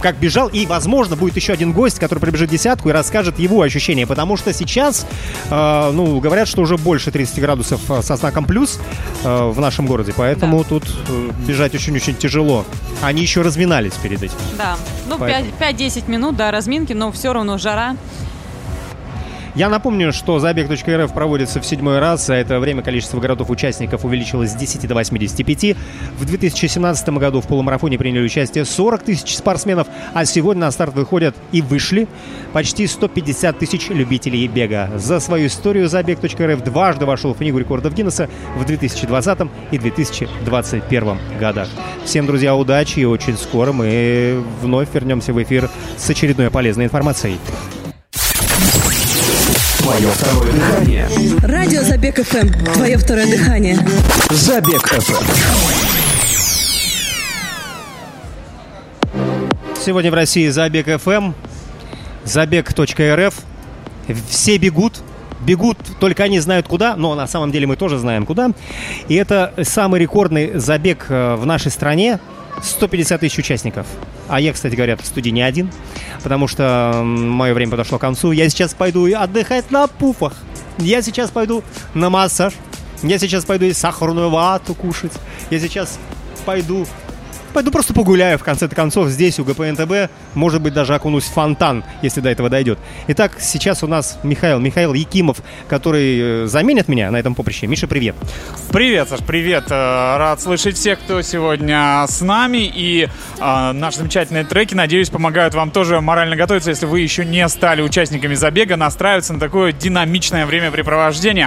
как бежал. И, возможно, будет еще один гость, который пробежит десятку и расскажет его ощущения. Потому что сейчас, э, ну, говорят, что уже больше тридцать градусов со знаком плюс э, в нашем городе. Поэтому да. тут э, бежать очень-очень тяжело. Они еще разминались перед этим. Да, ну пять-десять минут до разминки, но все равно жара. Я напомню, что забег точка эр эф проводится в седьмой раз. За это время количество городов-участников увеличилось с десяти до восьмидесяти пяти. В две тысячи семнадцатом году в полумарафоне приняли участие сорок тысяч спортсменов, а сегодня на старт выходят и вышли почти сто пятьдесят тысяч любителей бега. За свою историю забег точка эр эф дважды вошел в книгу рекордов Гиннесса в две тысячи двадцатом и две тысячи двадцать первом годах. Всем, друзья, удачи, и очень скоро мы вновь вернемся в эфир с очередной полезной информацией. Твое второе дыхание. Радио Забег эф эм. Твое второе дыхание. Забег эф эм. Сегодня в России Забег эф эм, забег точка эр эф. Все бегут. Бегут, только они знают куда, но на самом деле мы тоже знаем куда. И это самый рекордный забег в нашей стране. сто пятьдесят тысяч участников. А я, кстати говоря, в студии не один, потому что мое время подошло к концу. Я сейчас пойду отдыхать на пуфах. Я сейчас пойду на массаж. Я сейчас пойду и сахарную вату кушать. Я сейчас пойду... Пойду просто погуляю, в конце концов, здесь, у гэ пэ эн тэ бэ. Может быть, даже окунусь в фонтан, если до этого дойдет. Итак, сейчас у нас Михаил, Михаил Якимов, который заменит меня на этом поприще. Миша, привет. Привет, Саш, привет. Рад слышать всех, кто сегодня с нами. И э, наши замечательные треки, надеюсь, помогают вам тоже морально готовиться, если вы еще не стали участниками забега, настраиваться на такое динамичное времяпрепровождение.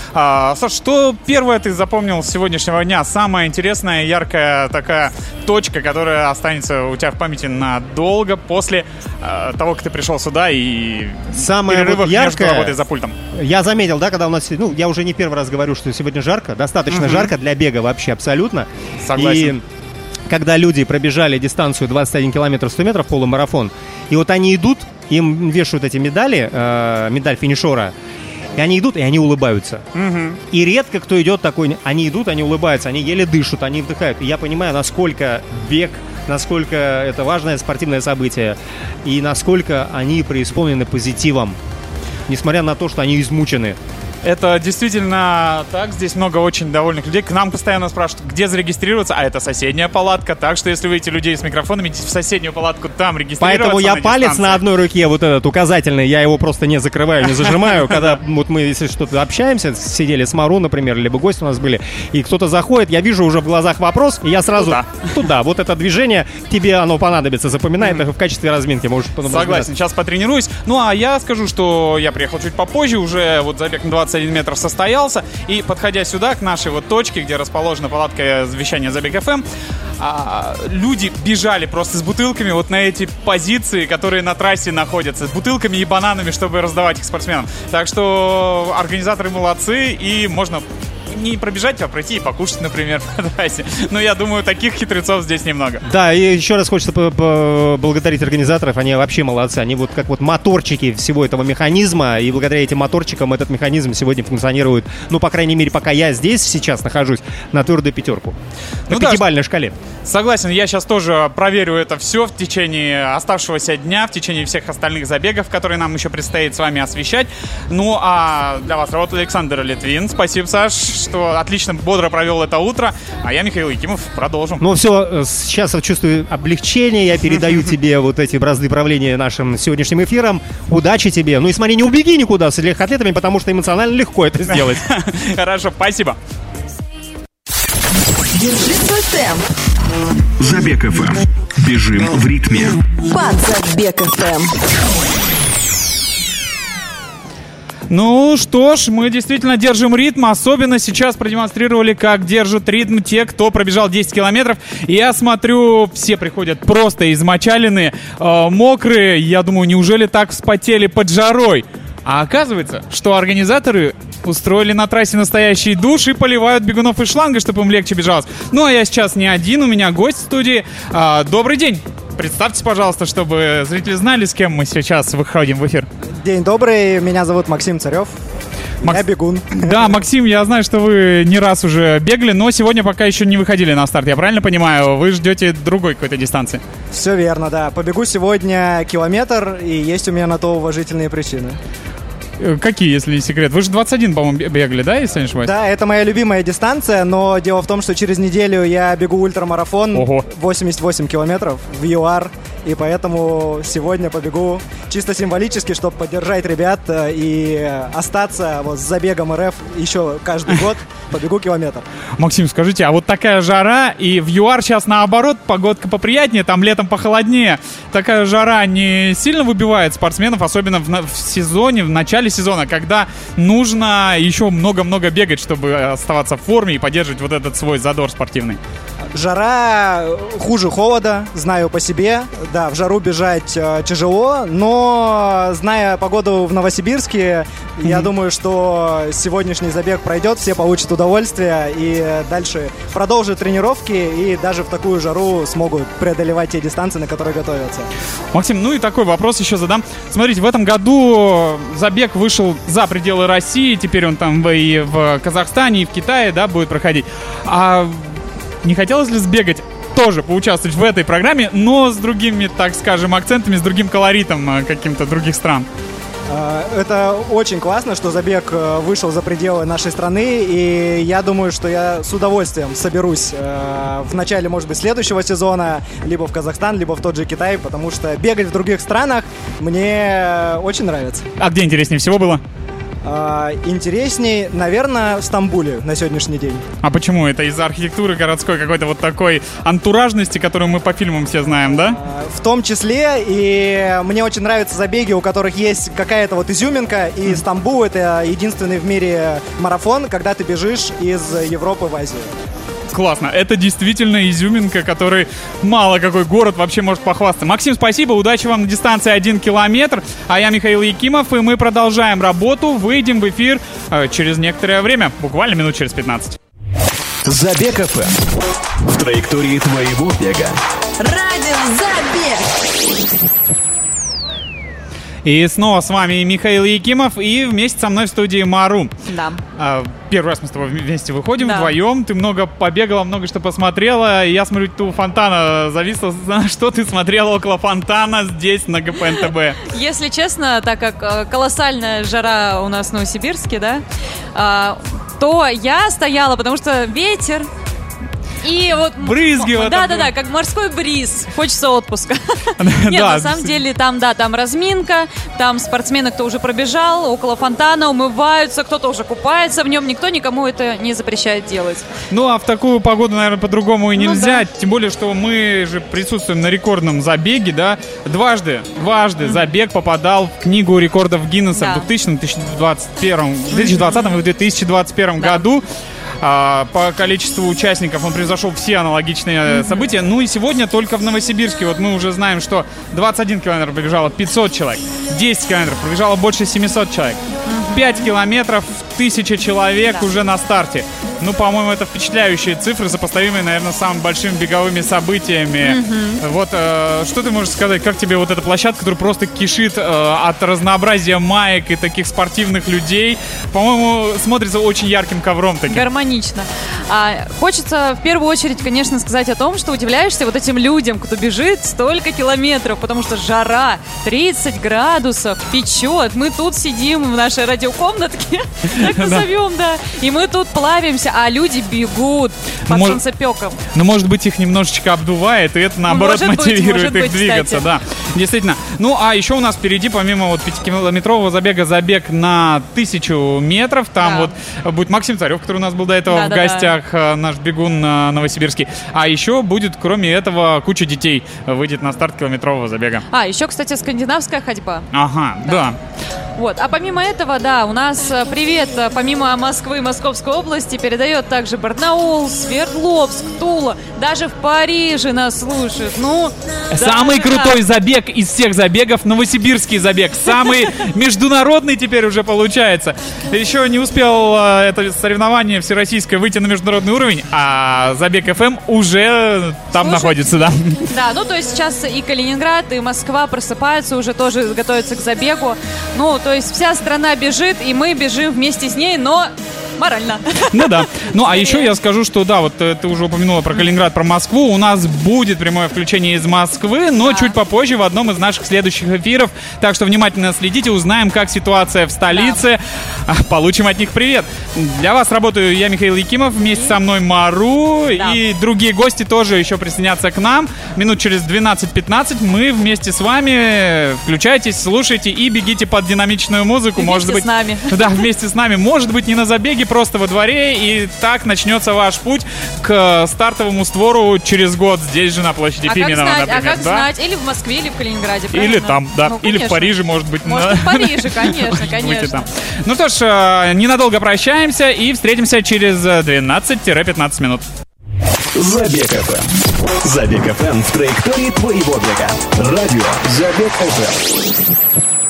Э, Саш, что первое ты запомнил с сегодняшнего дня? Самая интересная, яркая такая точка, которая останется у тебя в памяти надолго после э, того, как ты пришел сюда и самое вот яркое, работой за пультом. Я заметил, да, когда у нас, ну, я уже не первый раз говорю, что сегодня жарко, достаточно mm-hmm. жарко для бега вообще абсолютно. Согласен. И когда люди пробежали дистанцию двадцать один километр сто метров, полумарафон, и вот они идут, им вешают эти медали, э, медаль финишера, и они идут, и они улыбаются. Угу. И редко кто идет такой... Они идут, они улыбаются, они еле дышат, они вдыхают. И я понимаю, насколько бег, насколько это важное спортивное событие, и насколько они преисполнены позитивом, несмотря на то, что они измучены. Это действительно так. Здесь много очень довольных людей. К нам постоянно спрашивают, где зарегистрироваться. А это соседняя палатка. Так что, если вы эти людей с микрофоном, идите в соседнюю палатку, там регистрироваться. Поэтому я на палец дистанции. На одной руке, вот этот указательный, я его просто не закрываю, не зажимаю. Когда вот мы, если что-то общаемся, сидели с Мару, например, либо гости у нас были, и кто-то заходит, я вижу уже в глазах вопрос, и я сразу туда. Туда. Вот это движение, тебе оно понадобится. Запоминай это в качестве разминки. Можешь Согласен, сейчас потренируюсь. Ну, а я скажу, что я приехал чуть попозже, уже вот забег на двадцать один метр состоялся, и подходя сюда, к нашей вот точке, где расположена палатка вещания Забег эф эм, а, люди бежали просто с бутылками вот на эти позиции, которые на трассе находятся, с бутылками и бананами, чтобы раздавать их спортсменам. Так что организаторы молодцы, и можно не пробежать, а пройти и покушать, например, по трассе. Но я думаю, таких хитрецов здесь немного. Да, и еще раз хочется поблагодарить организаторов. Они вообще молодцы. Они вот как вот моторчики всего этого механизма. И благодаря этим моторчикам этот механизм сегодня функционирует, ну, по крайней мере, пока я здесь сейчас нахожусь, на твердую пятерку. На ну пятибалльной да, шкале. Согласен, я сейчас тоже проверю это все в течение оставшегося дня, в течение всех остальных забегов, которые нам еще предстоит с вами освещать. Ну, а для вас работал Александр Литвин. Спасибо, Саш, что отлично, бодро провел это утро. А я, Михаил Якимов, продолжим. Ну все, сейчас я чувствую облегчение. Я передаю тебе вот эти бразды правления нашим сегодняшним эфиром. Удачи тебе. Ну и смотри, не убеги никуда с легкоатлетами, потому что эмоционально легко это сделать. Хорошо, спасибо. Держи свой темп. Забег эф эм. Бежим в ритме. Под Забег эф эм. Ну что ж, мы действительно держим ритм. Особенно сейчас продемонстрировали, как держат ритм те, кто пробежал десять километров. Я смотрю, все приходят просто измочаленные, э, мокрые. Я думаю, неужели так вспотели под жарой? А оказывается, что организаторы устроили на трассе настоящий душ и поливают бегунов из шланга, чтобы им легче бежалось. Ну а я сейчас не один, у меня гость в студии. А, добрый день. Представьтесь, пожалуйста, чтобы зрители знали, с кем мы сейчас выходим в эфир. День добрый, меня зовут Максим Царев. Макс... Я бегун. Да, Максим, я знаю, что вы не раз уже бегали, но сегодня пока еще не выходили на старт. Я правильно понимаю? Вы ждете другой какой-то дистанции? Все верно, да. Побегу сегодня километр, и есть у меня на то уважительные причины. Какие, если не секрет? Вы же двадцать один, по-моему, бегали, да, если не ошибаюсь? Да, это моя любимая дистанция, но дело в том, что через неделю я бегу ультрамарафон. Ого. восемьдесят восемь километров в ЮАР, и поэтому сегодня побегу чисто символически, чтобы поддержать ребят и остаться вот с забегом РФ еще каждый год. Побегу километр. Максим, скажите, а вот такая жара, и в ЮАР сейчас наоборот, погодка поприятнее, там летом похолоднее. Такая жара не сильно выбивает спортсменов, особенно в, в сезоне, в начале сезона, когда нужно еще много-много бегать, чтобы оставаться в форме и поддерживать вот этот свой задор спортивный? Жара хуже холода, знаю по себе. Да, в жару бежать э, тяжело, но зная погоду в Новосибирске, mm-hmm. я думаю, что сегодняшний забег пройдет, все получат удовольствие и дальше продолжат тренировки и даже в такую жару смогут преодолевать те дистанции, на которые готовятся. Максим, ну и такой вопрос еще задам. Смотрите, в этом году забег вышел за пределы России, теперь он там и в Казахстане, и в Китае, да, будет проходить. А не хотелось ли сбегать, тоже поучаствовать в этой программе, но с другими, так скажем, акцентами, с другим колоритом каким-то других стран? Это очень классно, что забег вышел за пределы нашей страны, и я думаю, что я с удовольствием соберусь в начале, может быть, следующего сезона, либо в Казахстан, либо в тот же Китай, потому что бегать в других странах мне очень нравится. А где интереснее всего было? Интересней, наверное, в Стамбуле на сегодняшний день. А почему? Это из-за архитектуры городской, какой-то вот такой антуражности, которую мы по фильмам все знаем, да? В том числе, и мне очень нравятся забеги, у которых есть какая-то вот изюминка, и Стамбул — это единственный в мире марафон, когда ты бежишь из Европы в Азию. Классно. Это действительно изюминка, которой мало какой город вообще может похвастаться. Максим, спасибо. Удачи вам на дистанции один километр. А я Михаил Якимов, и мы продолжаем работу. Выйдем в эфир э, через некоторое время. Буквально минут через пятнадцать. Забег эф эм. В траектории твоего бега. Радио Забег. И снова с вами Михаил Якимов, и вместе со мной в студии Мару. Да. А, первый раз мы с тобой вместе выходим, да. вдвоем. Ты много побегала, много что посмотрела. Я смотрю, ты у фонтана зависла. Что ты смотрела около фонтана здесь, на гэ пэ эн тэ бэ? Если честно, так как колоссальная жара у нас в Новосибирске, да, то я стояла, потому что ветер. И вот брызги, вот да, да, да, как морской бриз. Хочется отпуска. Нет, да, на самом деле там, да, там разминка, там спортсмены, кто уже пробежал, около фонтана умываются, кто-то уже купается в нем, никто никому это не запрещает делать. Ну, а в такую погоду, наверное, по-другому и нельзя. Ну, да. Тем более, что мы же присутствуем на рекордном забеге, да. Дважды, дважды mm-hmm. забег попадал в книгу рекордов Гиннесса да. в двухтысячном, две тысячи двадцать первом, две тысячи двадцатом и в две тысячи двадцать первом да. году. А, по количеству участников он превзошел все аналогичные mm-hmm. события. Ну и сегодня только в Новосибирске вот мы уже знаем, что двадцать один километр пробежало пятьсот человек, десять километров пробежало больше семьсот человек, mm-hmm. пять километров тысяча человек да. уже на старте. Ну, по-моему, это впечатляющие цифры, сопоставимые, наверное, с самыми большими беговыми событиями. Mm-hmm. Вот, э, что ты можешь сказать, как тебе вот эта площадка, которая просто кишит э, от разнообразия маек и таких спортивных людей? По-моему, смотрится очень ярким ковром таким. Гармонично. А, хочется в первую очередь, конечно, сказать о том, что удивляешься вот этим людям, кто бежит столько километров, потому что жара, тридцать градусов, печет. Мы тут сидим в нашей радиокомнатке, так назовем, да, и мы тут плавимся, а люди бегут под ну, солнцепеком. Ну, может быть, их немножечко обдувает, и это, наоборот, может мотивирует быть, их двигаться. Да, действительно. Ну, а еще у нас впереди, помимо вот пятикилометрового забега, забег на тысячу метров. Там да. вот будет Максим Царев, который у нас был до этого да, в да, гостях, да. наш бегун новосибирский. А еще будет, кроме этого, куча детей выйдет на старт километрового забега. А, еще, кстати, скандинавская ходьба. Ага, да. да. Вот. А помимо этого, да, у нас привет, помимо Москвы и Московской области, передает также Барнаул, Свердловск, Тула, даже в Париже нас слушают. Ну, самый даже... крутой забег из всех забегов — новосибирский забег. Самый международный теперь уже получается. Еще не успел это соревнование всероссийское выйти на международный уровень, а забег эф эм уже там Слушай, находится, да. Да, ну то есть сейчас и Калининград, и Москва просыпаются, уже тоже готовятся к забегу. Ну, то есть вся страна бежит, и мы бежим вместе теснее, но морально. Ну да. Ну а еще я скажу, что да, вот ты уже упомянула про Калининград, про Москву. У нас будет прямое включение из Москвы, но да. чуть попозже в одном из наших следующих эфиров. Так что внимательно следите, узнаем, как ситуация в столице. Да. Получим от них привет. Для вас работаю я, Михаил Якимов, вместе со мной Мару, да. и другие гости тоже еще присоединятся к нам. Минут через двенадцать-пятнадцать мы вместе с вами. Включайтесь, слушайте и бегите под динамичную музыку. Вместе Может быть, с нами. Да, вместе с нами. Может быть, не на забеге, просто во дворе. И так начнется ваш путь к стартовому створу через год здесь же на площади а Пименова, как знать, например. А как да? знать? Или в Москве, или в Калининграде, правильно? Или там, да. Ну, или в Париже, может быть. Может, на... в Париже, конечно, конечно. Ну что ж, ненадолго прощаемся и встретимся через двенадцать-пятнадцать минут. Забег эф эм. Забег эф эм в траектории твоего бега. Радио Забег эф эм.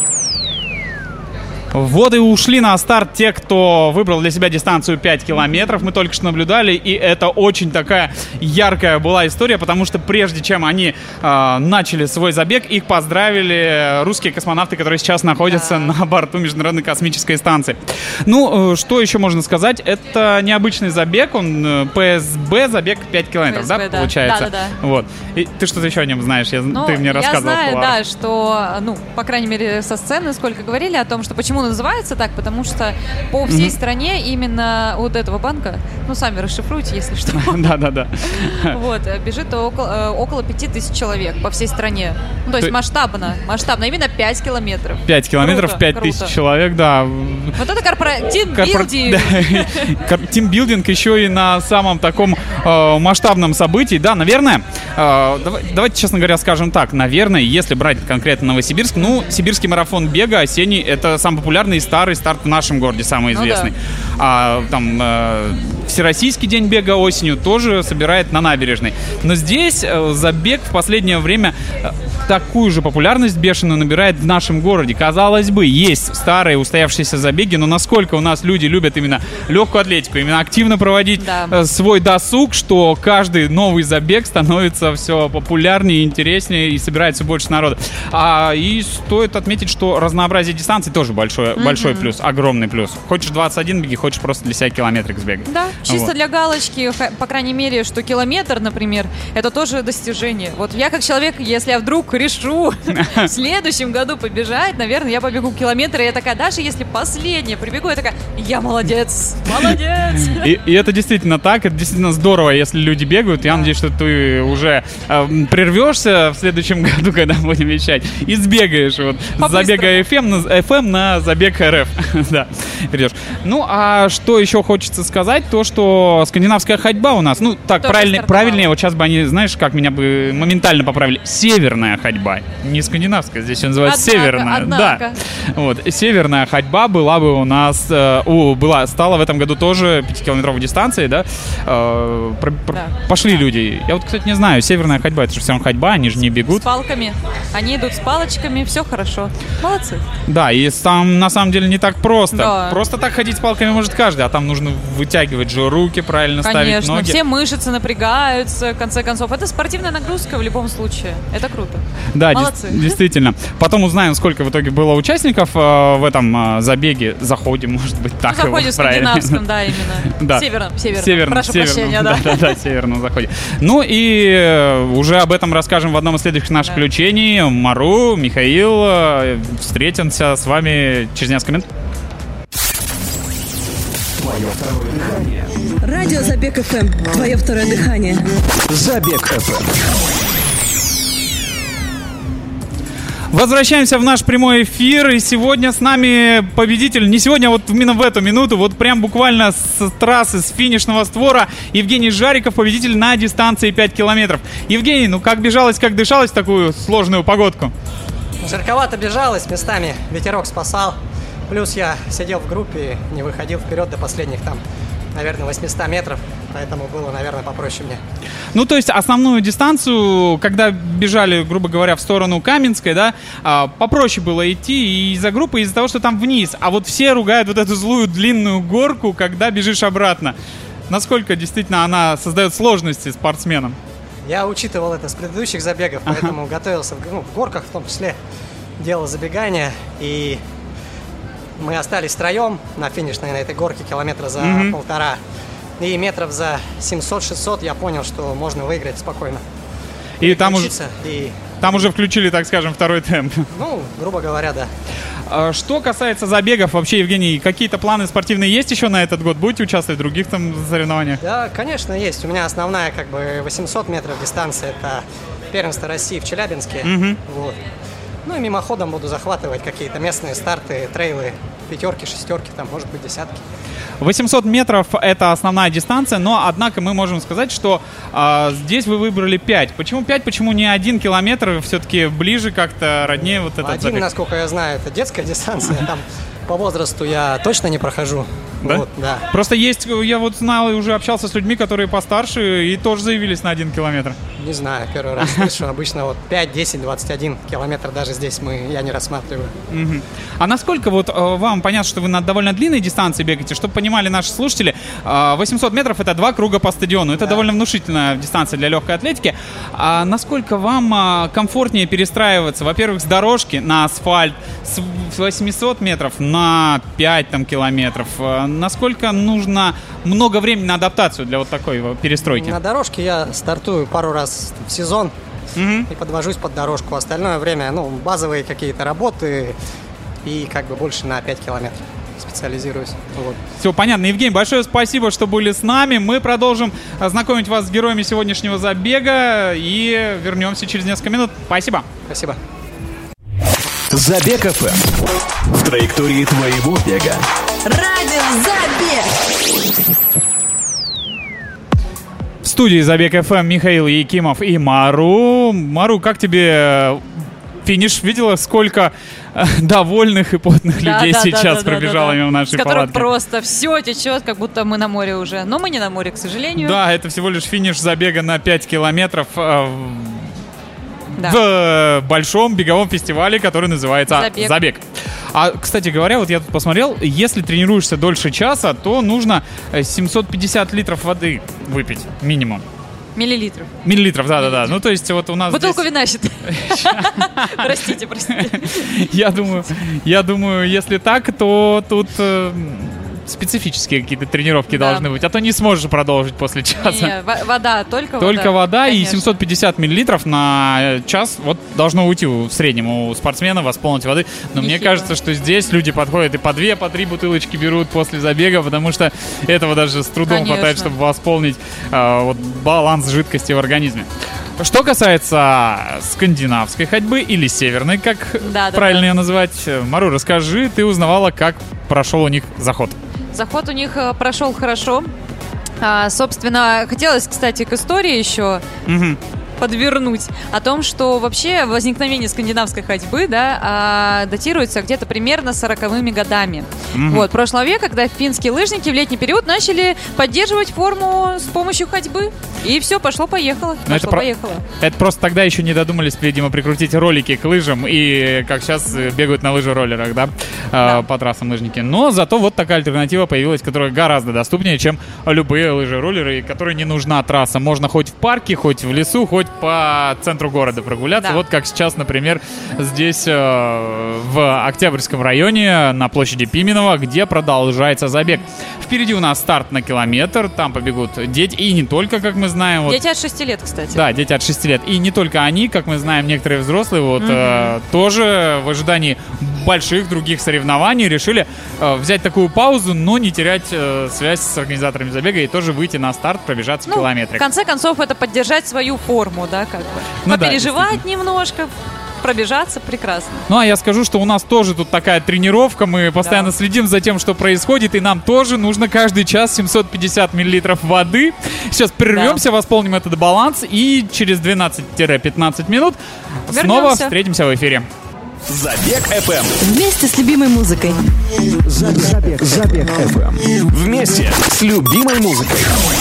Вот и ушли на старт те, кто выбрал для себя дистанцию пять километров. Мы только что наблюдали, и это очень такая яркая была история, потому что прежде чем они э, начали свой забег, их поздравили русские космонавты, которые сейчас находятся да. на борту Международной космической станции. Ну, э, что еще можно сказать? Это необычный забег, он э, пэ эс бэ забег пять километров, пэ эс бэ, да, да, получается? Да, да, да. Вот. И ты что-то еще о нем знаешь? Я, ну, ты мне рассказывал. Я знаю, да, что, ну, по крайней мере, со сцены сколько говорили о том, что почему называется так, потому что по всей mm-hmm. стране именно вот этого банка, ну, сами расшифруйте, если что. Да-да-да. Вот, бежит около, около пяти тысяч человек по всей стране. Ну, то есть масштабно, масштабно, именно пять километров. пять километров, пять тысяч человек, да. Вот это корпоративный тимбилдинг. Тимбилдинг еще и на самом таком масштабном событии, да, наверное, давайте, честно говоря, скажем так, наверное, если брать конкретно Новосибирск, ну, Сибирский марафон бега осенний, это самый популярный и старый старт в нашем городе, самый известный. Ну, да. А там э, Всероссийский день бега осенью тоже собирает на набережной. Но здесь э, забег в последнее время э, такую же популярность бешеную набирает в нашем городе. Казалось бы, есть старые устоявшиеся забеги, но насколько у нас люди любят именно легкую атлетику, именно активно проводить да. э, свой досуг, что каждый новый забег становится все популярнее, интереснее и собирает все больше народа. А, и стоит отметить, что разнообразие дистанций тоже большое, mm-hmm. большой плюс, огромный плюс. Хочешь двадцать один беги, хочешь просто для себя километрик сбегать. Да, чисто вот. Для галочки, по крайней мере, что километр, например, это тоже достижение. Вот я как человек, если я вдруг решу в следующем году побежать, наверное, я побегу километр, и я такая, даже если последняя прибегу, я такая, я молодец, молодец. И, и это действительно так, это действительно здорово, если люди бегают. Да. Я надеюсь, что ты уже э, прервешься в следующем году, когда будем вещать, и сбегаешь вот с забега эф эм на, эф эм на забег эр эф. Да, придешь. Ну, а что еще хочется сказать, то, что скандинавская ходьба у нас, ну, так, правильно, правильнее, вот сейчас бы они, знаешь, как меня бы моментально поправили, северная ходьба, не скандинавская, здесь все называют однако, северная. Однако. Да. Вот, северная ходьба была бы у нас, э, о, была, стала в этом году тоже пятикилометровой дистанцией, да, э, про, про, да. пошли да. люди. Я вот, кстати, не знаю, северная ходьба, это же все равно ходьба, они же не бегут. С палками, они идут с палочками, все хорошо. Молодцы. Да, и там на самом деле не так просто. Да. Просто так ходить с палками может каждый, а там нужно вытягивать же руки, правильно Конечно, ставить ноги. Все мышцы напрягаются, в конце концов. Это спортивная нагрузка в любом случае. Это круто. Да, молодцы. Дес- действительно. Потом узнаем, сколько в итоге было участников э, в этом э, забеге. Заходе, может быть, так ну, его заходе в скандинавском, да, именно. Да. Северном, северном. Северном, Прошу северном, прощения, да. Да, да, да, северном заходе. Ну и э, уже об этом расскажем в одном из следующих наших да. включений. Мару, Михаил, э, встретимся с вами через несколько минут. Твое второе дыхание. Радио Забег эф эм. Твое второе дыхание. Забег эф эм. Возвращаемся в наш прямой эфир, и сегодня с нами победитель, не сегодня, а вот именно в эту минуту, вот прям буквально с трассы, с финишного створа, Евгений Жариков, победитель на дистанции пять километров. Евгений, ну как бежалось, как дышалось в такую сложную погодку? Жарковато бежалось, местами ветерок спасал, плюс я сидел в группе, не выходил вперед до последних там, наверное, восемьсот метров, поэтому было, наверное, попроще мне. Ну, то есть основную дистанцию, когда бежали, грубо говоря, в сторону Каменской, да, попроще было идти из-за группы, из-за того, что там вниз. А вот все ругают вот эту злую длинную горку, когда бежишь обратно. Насколько действительно она создает сложности спортсменам? Я учитывал это с предыдущих забегов, поэтому ага. готовился в, ну, в горках, в том числе делал забегания и мы остались втроем на финишной, на этой горке километра за Мгм. полтора. И метров за семьсот-шестьсот я понял, что можно выиграть спокойно. И там уже, Включиться и, там уже включили, так скажем, второй темп. ну, грубо говоря, да. А Что касается забегов, вообще, Евгений, какие-то планы спортивные есть еще на этот год? Будете участвовать в других там соревнованиях? Да, конечно, есть. У меня основная, как бы, восемьсот метров дистанция. Это первенство России в Челябинске. Мгм. Вот. Ну и мимоходом буду захватывать какие-то местные старты, трейлы, пятерки, шестерки, там, может быть, десятки. восемьсот метров — это основная дистанция, но, однако, мы можем сказать, что а, здесь вы выбрали пять. Почему пять? Почему не один километр? Все-таки ближе как-то, роднее вот этот Один, забег. насколько я знаю, это детская дистанция. Там по возрасту я точно не прохожу. Да? Вот, да. Просто есть, я вот знал и уже общался с людьми, которые постарше и тоже заявились на один километр. Не знаю, первый раз слышу. Обычно вот пять, десять, двадцать один километр даже здесь мы, я не рассматриваю. Мгм. А насколько вот э, вам понятно, что вы на довольно длинной дистанции бегаете, чтобы понимали наши слушатели, э, восемьсот метров — это два круга по стадиону. Это Да. довольно внушительная дистанция для легкой атлетики. А насколько вам э, комфортнее перестраиваться, во-первых, с дорожки на асфальт, с восьмисот метров на пять там, километров? Э, Насколько нужно много времени на адаптацию для вот такой вот перестройки? На дорожке я стартую пару раз в сезон Мгм. и подвожусь под дорожку. Остальное время, ну, базовые какие-то работы и как бы больше на пять километров специализируюсь. Вот. Все понятно. Евгений, большое спасибо, что были с нами. Мы продолжим э, знакомить вас с героями сегодняшнего забега и вернемся через несколько минут. Спасибо. Спасибо. Забег эф эм. В траектории твоего бега. Радио Забег. В студии Забег эф эм Михаил Якимов и Мару. Мару, как тебе э, финиш? Видела, сколько э, довольных и потных Да, людей да, да, сейчас да, да, пробежало да, да. мимо С нашей которых палатки? просто все течет, как будто мы на море уже. Но мы не на море, к сожалению. Да, это всего лишь финиш забега на пять километров э, Да. в большом беговом фестивале, который называется Забег. Забег. А, кстати говоря, вот я тут посмотрел, если тренируешься дольше часа, то нужно э, семьсот пятьдесят литров воды выпить минимум. Миллилитров. Миллилитров, да-да-да. Ну, то есть вот у нас Бутылку здесь- вина считай. Простите, простите. Я думаю, я думаю, если так, то тут э, специфические какие-то тренировки Да. должны быть, а то не сможешь продолжить после часа. Не, во- вода, только вода. Только вода, и Конечно. семьсот пятьдесят миллилитров на час вот должно уйти в среднем у спортсмена восполнить воды. Но мне Нехило. кажется, что здесь люди подходят и по две, по три бутылочки берут после забега, потому что этого даже с трудом Конечно. хватает, чтобы восполнить э, вот, баланс жидкости в организме. Что касается скандинавской ходьбы или северной, как Да, да, правильно да. ее называть, Мару, расскажи, ты узнавала, как прошел у них заход. Заход у них э, прошел хорошо. А, собственно, хотелось, кстати, к истории еще Мгм. подвернуть о том, что вообще возникновение скандинавской ходьбы, да, а, датируется где-то примерно сороковыми годами. Мгм. Вот, прошлого века, когда финские лыжники в летний период начали поддерживать форму с помощью ходьбы. И все, пошло-поехало. Ну, это про- Пошло-поехало. Это просто тогда еще не додумались, видимо, прикрутить ролики к лыжам, и как сейчас э, бегают на лыжероллерах, да, э, Да. по трассам лыжники. Но зато вот такая альтернатива появилась, которая гораздо доступнее, чем любые лыжероллеры, и которой не нужна трасса. Можно хоть в парке, хоть в лесу, хоть по центру города прогуляться. Да. Вот как сейчас, например, здесь э, в Октябрьском районе на площади Пименова, где продолжается забег. Впереди у нас старт на километр, там побегут дети, и не только, как мы знаем. Вот, Дети от шести лет, кстати. да, дети от шести лет. И не только они, как мы знаем, некоторые взрослые вот э, тоже в ожидании больших других соревнований решили э, взять такую паузу, но не терять э, связь с организаторами забега и тоже выйти на старт, пробежаться в Ну, километре. в конце концов, это поддержать свою форму, да, как бы. Ну да, Попереживать немножко, пробежаться прекрасно. Ну, а я скажу, что у нас тоже тут такая тренировка, мы постоянно Да. следим за тем, что происходит, и нам тоже нужно каждый час семьсот пятьдесят миллилитров воды. Сейчас прервемся, восполним этот баланс, и через двенадцать-пятнадцать минут снова Вернемся. встретимся в эфире. Забег эф эм. Вместе с любимой музыкой. Забег, Забег эф эм. Вместе с любимой музыкой.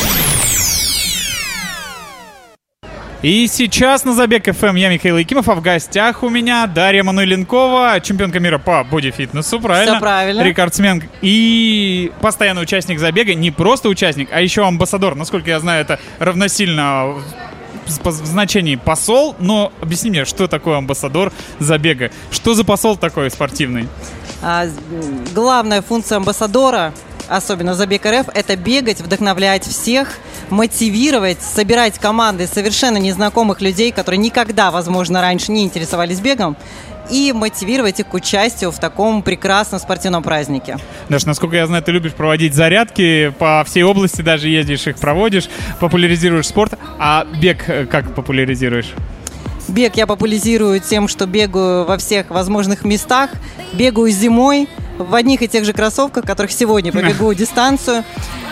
И сейчас на Забег эф эм я Михаил Якимов, а в гостях у меня Дарья Мануйленкова, чемпионка мира по бодифитнесу, правильно? Всё правильно. Рекордсмен и постоянный участник забега, не просто участник, а еще амбассадор. Насколько я знаю, это равносильно в значении посол, но объясни мне, что такое амбассадор забега? Что за посол такой спортивный? А, главная функция амбассадора, особенно Забег РФ, это бегать, вдохновлять всех, мотивировать, собирать команды совершенно незнакомых людей, которые никогда, возможно, раньше не интересовались бегом, и мотивировать их к участию в таком прекрасном спортивном празднике. Даш, насколько я знаю, ты любишь проводить зарядки по всей области, даже ездишь их проводишь, популяризируешь спорт. А бег как популяризируешь? Бег я популяризирую тем, что бегаю во всех возможных местах, бегаю зимой в одних и тех же кроссовках, в которых сегодня побегу дистанцию.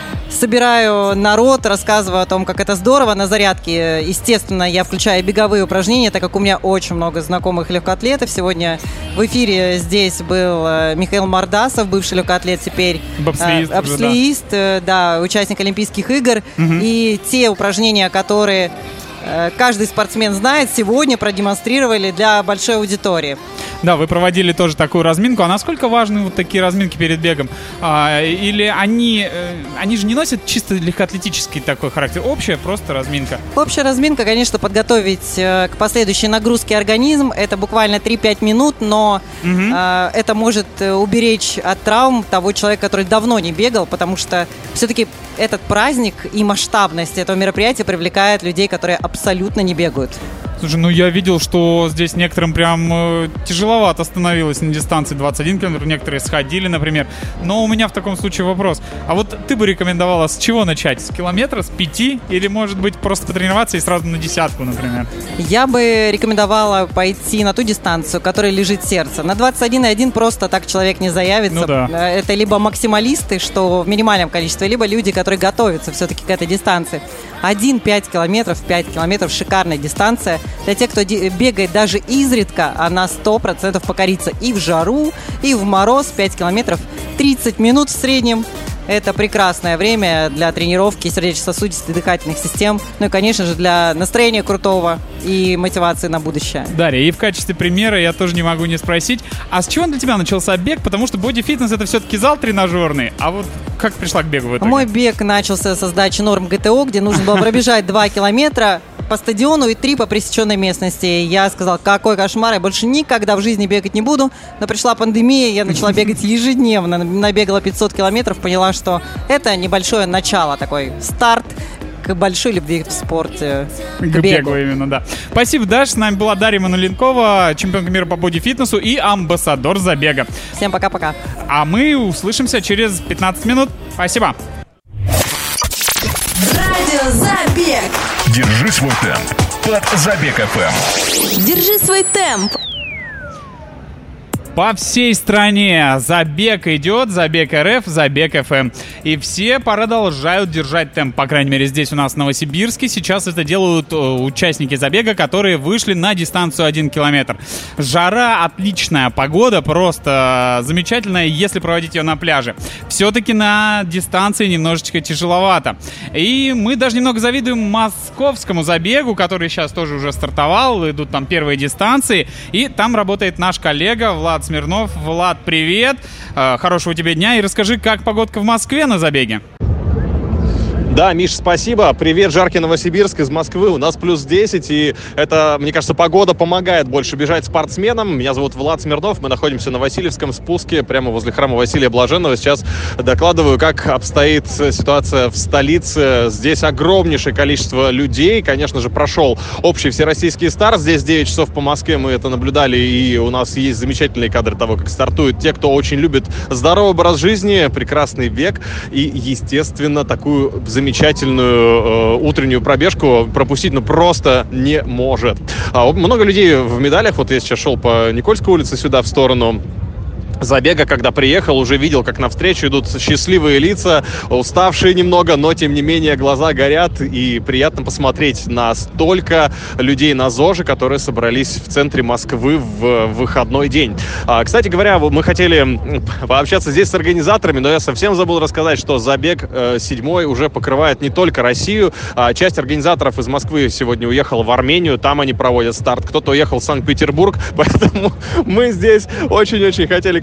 Собираю народ, рассказываю о том, как это здорово. На зарядке, естественно, я включаю беговые упражнения, так как у меня очень много знакомых легкоатлетов. Сегодня в эфире здесь был Михаил Мордасов, бывший легкоатлет, теперь бобслеист, э, бобслеист, да. да, участник Олимпийских игр. Угу. И те упражнения, которые э, каждый спортсмен знает, сегодня продемонстрировали для большой аудитории. Да, вы проводили тоже такую разминку. А насколько важны вот такие разминки перед бегом? А, или они, они же не носят чисто легкоатлетический такой характер? Общая просто разминка? Общая разминка, конечно, подготовить к последующей нагрузке организм. Это буквально три-пять минут, но угу. а, это может уберечь от травм того человека, который давно не бегал, потому что все-таки этот праздник и масштабность этого мероприятия привлекает людей, которые абсолютно не бегают. Слушай, ну я видел, что здесь некоторым прям э, тяжеловато становилось на дистанции двадцать один километр, некоторые сходили, например. Но у меня в таком случае вопрос. А вот ты бы рекомендовала с чего начать? С километра, с пяти? Или, может быть, просто потренироваться и сразу на десятку, например? Я бы рекомендовала пойти на ту дистанцию, которая лежит сердце. На двадцать один и один просто так человек не заявится. Ну, да. Это либо максималисты, что в минимальном количестве, либо люди, которые готовятся все-таки к этой дистанции. один-пять километров, пять километров – шикарная дистанция. Для тех, кто бегает даже изредка, она сто процентов покорится и в жару, и в мороз. пять километров, тридцать минут в среднем. Это прекрасное время для тренировки сердечно-сосудистой дыхательных систем. Ну и, конечно же, для настроения крутого и мотивации на будущее. Дарья, и в качестве примера я тоже не могу не спросить, а с чего для тебя начался бег? Потому что бодифитнес — это все-таки зал тренажерный. А вот как пришла к бегу в итоге? Мой бег начался со сдачи норм ГТО, где нужно было пробежать два километра по стадиону и три по пресеченной местности. Я сказала, какой кошмар, я больше никогда в жизни бегать не буду. Но пришла пандемия, я начала бегать ежедневно. Набегала пятьсот километров, поняла, что это небольшое начало, такой старт к большой любви в спорте, к, к бегу. бегу именно, да. Спасибо, Даш. С нами была Дарья Мануленкова, чемпионка мира по бодифитнесу и амбассадор забега. Всем пока-пока. А мы услышимся через пятнадцать минут. Спасибо. Радио Забег. Держи свой темп под Забег эф эм. Держи свой темп. По всей стране забег идет, Забег РФ, Забег эф эм. И все продолжают держать темп, по крайней мере, здесь у нас в Новосибирске. Сейчас это делают участники забега, которые вышли на дистанцию один километр. Жара, отличная погода, просто замечательная, если проводить ее на пляже. Все-таки на дистанции немножечко тяжеловато. И мы даже немного завидуем московскому забегу, который сейчас тоже уже стартовал, идут там первые дистанции. И там работает наш коллега Влад Смирнов. Влад, привет! Хорошего тебе дня и расскажи, как погодка в Москве на забеге. Да, Миш, спасибо. Привет, жаркий Новосибирск из Москвы. У нас плюс десять, и это, мне кажется, погода помогает больше бежать спортсменам. Меня зовут Влад Смирнов, мы находимся на Васильевском спуске, прямо возле храма Василия Блаженного. Сейчас докладываю, как обстоит ситуация в столице. Здесь огромнейшее количество людей. Конечно же, прошел общий всероссийский старт. Здесь девять часов по Москве мы это наблюдали, и у нас есть замечательные кадры того, как стартуют те, кто очень любит здоровый образ жизни, прекрасный бег и, естественно, такую замечательную замечательную э, утреннюю пробежку пропустить, ну, просто не может. А, много людей в медалях. Вот я сейчас шел по Никольской улице сюда в сторону забега, когда приехал, уже видел, как навстречу идут счастливые лица, уставшие немного, но тем не менее глаза горят, и приятно посмотреть на столько людей на ЗОЖе, которые собрались в центре Москвы в выходной день. А, кстати говоря, мы хотели пообщаться здесь с организаторами, но я совсем забыл рассказать, что забег э, седьмой уже покрывает не только Россию, а часть организаторов из Москвы сегодня уехала в Армению, там они проводят старт, кто-то уехал в Санкт-Петербург, поэтому мы здесь очень-очень хотели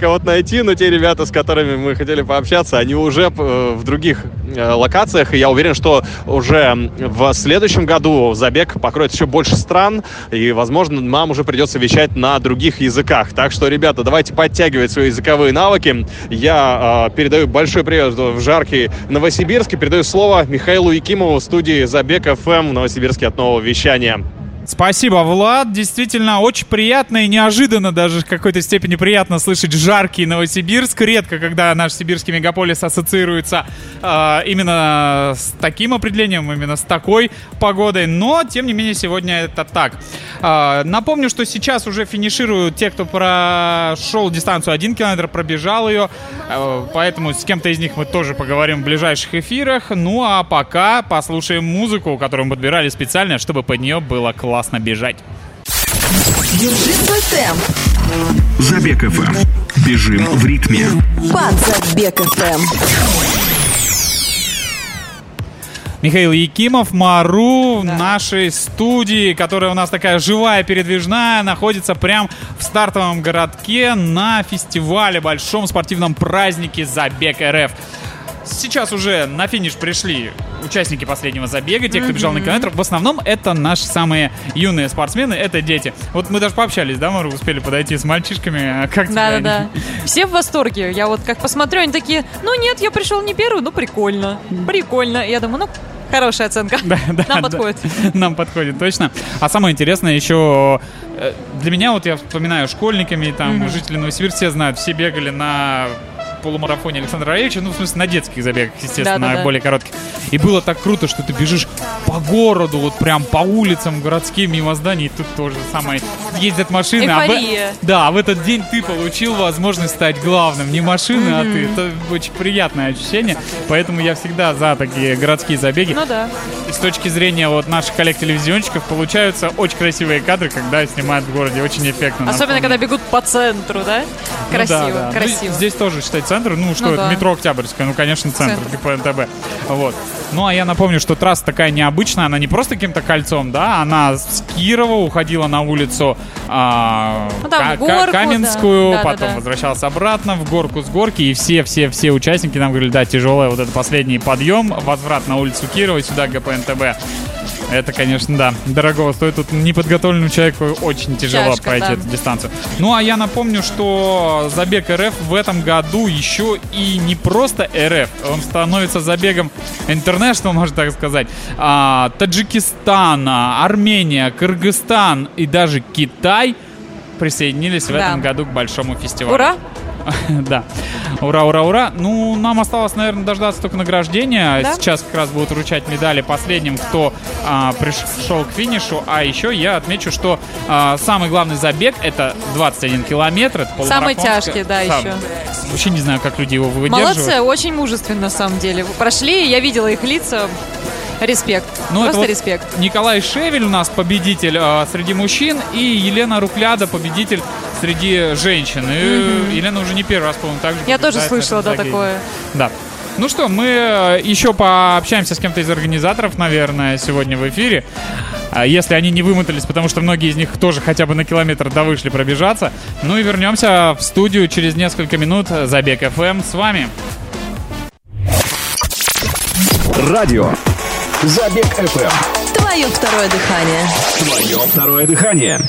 кого-то найти, но те ребята, с которыми мы хотели пообщаться, они уже в других локациях, и я уверен, что уже в следующем году забег покроет еще больше стран, и, возможно, нам уже придется вещать на других языках. Так что, ребята, давайте подтягивать свои языковые навыки. Я э, передаю большой привет в жаркий Новосибирск и передаю слово Михаилу Якимову в студии Забег эф эм в Новосибирске от нового вещания. Спасибо, Влад. Действительно, очень приятно и неожиданно, даже в какой-то степени приятно слышать жаркий Новосибирск. Редко, когда наш сибирский мегаполис ассоциируется э, именно с таким определением, именно с такой погодой. Но, тем не менее, сегодня это так. Э, напомню, что сейчас уже финишируют те, кто прошел дистанцию один километр, пробежал ее. Э, поэтому с кем-то из них мы тоже поговорим в ближайших эфирах. Ну, а пока послушаем музыку, которую мы подбирали специально, чтобы под нее было классно. Классно бежать. Держи свой темп. Забег эф эм. Бежим в ритме. Под Забег эф эм. Михаил Якимов, Мару, да. В нашей студии, которая у нас такая живая, передвижная, находится прямо в стартовом городке на фестивале, большом спортивном празднике Забег эр эф. Сейчас уже на финиш пришли участники последнего забега, те, кто бежал на километр. В основном это наши самые юные спортсмены, это дети. Вот мы даже пообщались, да, мы успели подойти с мальчишками. Как да, да, да. Все в восторге. Я вот как посмотрю, они такие, ну нет, я пришел не первый, ну прикольно, прикольно. Я думаю, ну хорошая оценка. Да, да, Нам да. подходит. Нам подходит, точно. А самое интересное еще, для меня, вот я вспоминаю школьниками, там, mm-hmm. жители Новосибирска, все знают, все бегали на полумарафоне Александра Раевича, ну, в смысле, на детских забегах, естественно, да, да, да. более коротких. И было так круто, что ты бежишь по городу, вот прям по улицам городским, мимо зданий, и тут тоже самое ездят машины. Эйфория. А в, да, а в этот день ты получил возможность стать главным. Не машины, mm-hmm. а ты. Это очень приятное ощущение. Поэтому я всегда за такие городские забеги. Ну да. И с точки зрения вот наших коллег-телевизионщиков получаются очень красивые кадры, когда снимают в городе. Очень эффектно. Особенно, когда бегут по центру, да? Красиво, ну, да, да. красиво. Ну, здесь тоже, считай, центр. Ну что, ну, это да. метро Октябрьское, ну, конечно, центр, ГП эн тэ бэ. Вот. Ну, а я напомню, что трасса такая необычная, она не просто каким-то кольцом, да, она с Кирова уходила на улицу а, ну, там, К- горку, Каменскую, да. потом да, да, возвращался обратно в горку с горки, и все-все-все участники нам говорили, да, тяжелый вот этот последний подъем, возврат на улицу Кирова, сюда ГП эн тэ бэ. Это, конечно, да, дорого стоит. Тут неподготовленному человеку очень тяжело Тяжко, пройти да. эту дистанцию. Ну, а я напомню, что забег эр эф в этом году еще и не просто эр эф. Он становится забегом International, можно так сказать. А, Таджикистан, Армения, Кыргызстан и даже Китай присоединились в да. этом году к большому фестивалю. Ура! Да. Ура, ура, ура. Ну, нам осталось, наверное, дождаться только награждения. Да? Сейчас как раз будут вручать медали последним, кто а, пришел к финишу. А еще я отмечу, что а, самый главный забег — это двадцать один километр. Это самый тяжкий, да, Сам. еще. Вообще не знаю, как люди его выдерживают. Молодцы, очень мужественно, на самом деле. Прошли, я видела их лица. Респект. Ну, Просто вот респект. Николай Шевель у нас победитель э, среди мужчин, и Елена Рукляда победитель среди женщин. И mm-hmm. Елена уже не первый раз, по-моему, так же. Я тоже слышала, да, такое. Да. Ну что, мы еще пообщаемся с кем-то из организаторов, наверное, сегодня в эфире. Если они не вымотались, потому что многие из них тоже хотя бы на километр довышли пробежаться. Ну и вернемся в студию через несколько минут. Забег эф эм с вами. Радио. Забег эф эм. Твое второе дыхание. Твое второе дыхание.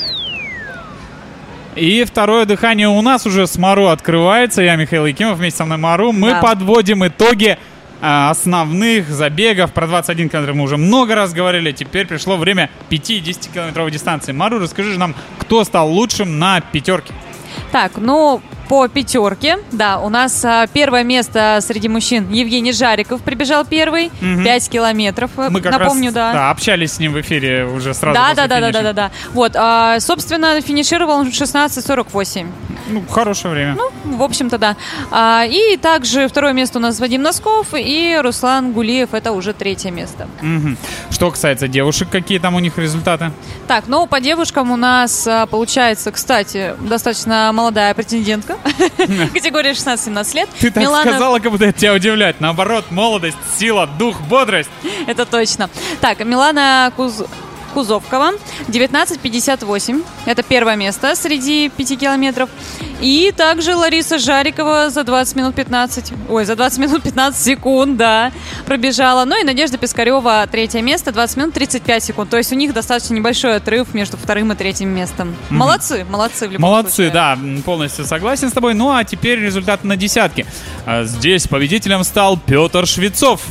И второе дыхание у нас уже с Мару открывается. Я Михаил Якимов, вместе со мной Мару. Мы да. подводим итоги а, основных забегов. Про двадцать один километр мы уже много раз говорили. Теперь пришло время пяти-десятикилометровой дистанции. Мару, расскажи нам, кто стал лучшим на пятерке? Так, ну, по пятерке, да, у нас а, первое место среди мужчин Евгений Жариков прибежал первый, угу. пять километров, мы как напомню, раз, да. да, общались с ним в эфире уже сразу да, после да, да, финиша. Да, да, да, да, вот, а, собственно, финишировал он в шестнадцать сорок восемь. Ну, хорошее время. Ну, в общем-то, да. А, и также второе место у нас Вадим Носков и Руслан Гулиев, это уже третье место. Угу. Что касается девушек, какие там у них результаты? Так, ну, по девушкам у нас получается, кстати, достаточно молодая претендентка. Категория шестнадцать-семнадцать лет. Ты так Милана... сказала, как будто это тебя удивляет. Наоборот, молодость, сила, дух, бодрость. Это точно. Так, Милана Куз... Кузовкова, девятнадцать пятьдесят восемь. Это первое место среди пяти километров. И также Лариса Жарикова за двадцать минут пятнадцать, ой, за двадцать минут пятнадцать секунд, да, пробежала. Ну и Надежда Пискарева третье место, двадцать минут тридцать пять секунд. То есть у них достаточно небольшой отрыв между вторым и третьим местом. Mm-hmm. Молодцы, молодцы в любом молодцы, случае. да, полностью согласен с тобой. Ну а теперь результат на десятке. Здесь победителем стал Петр Швецов.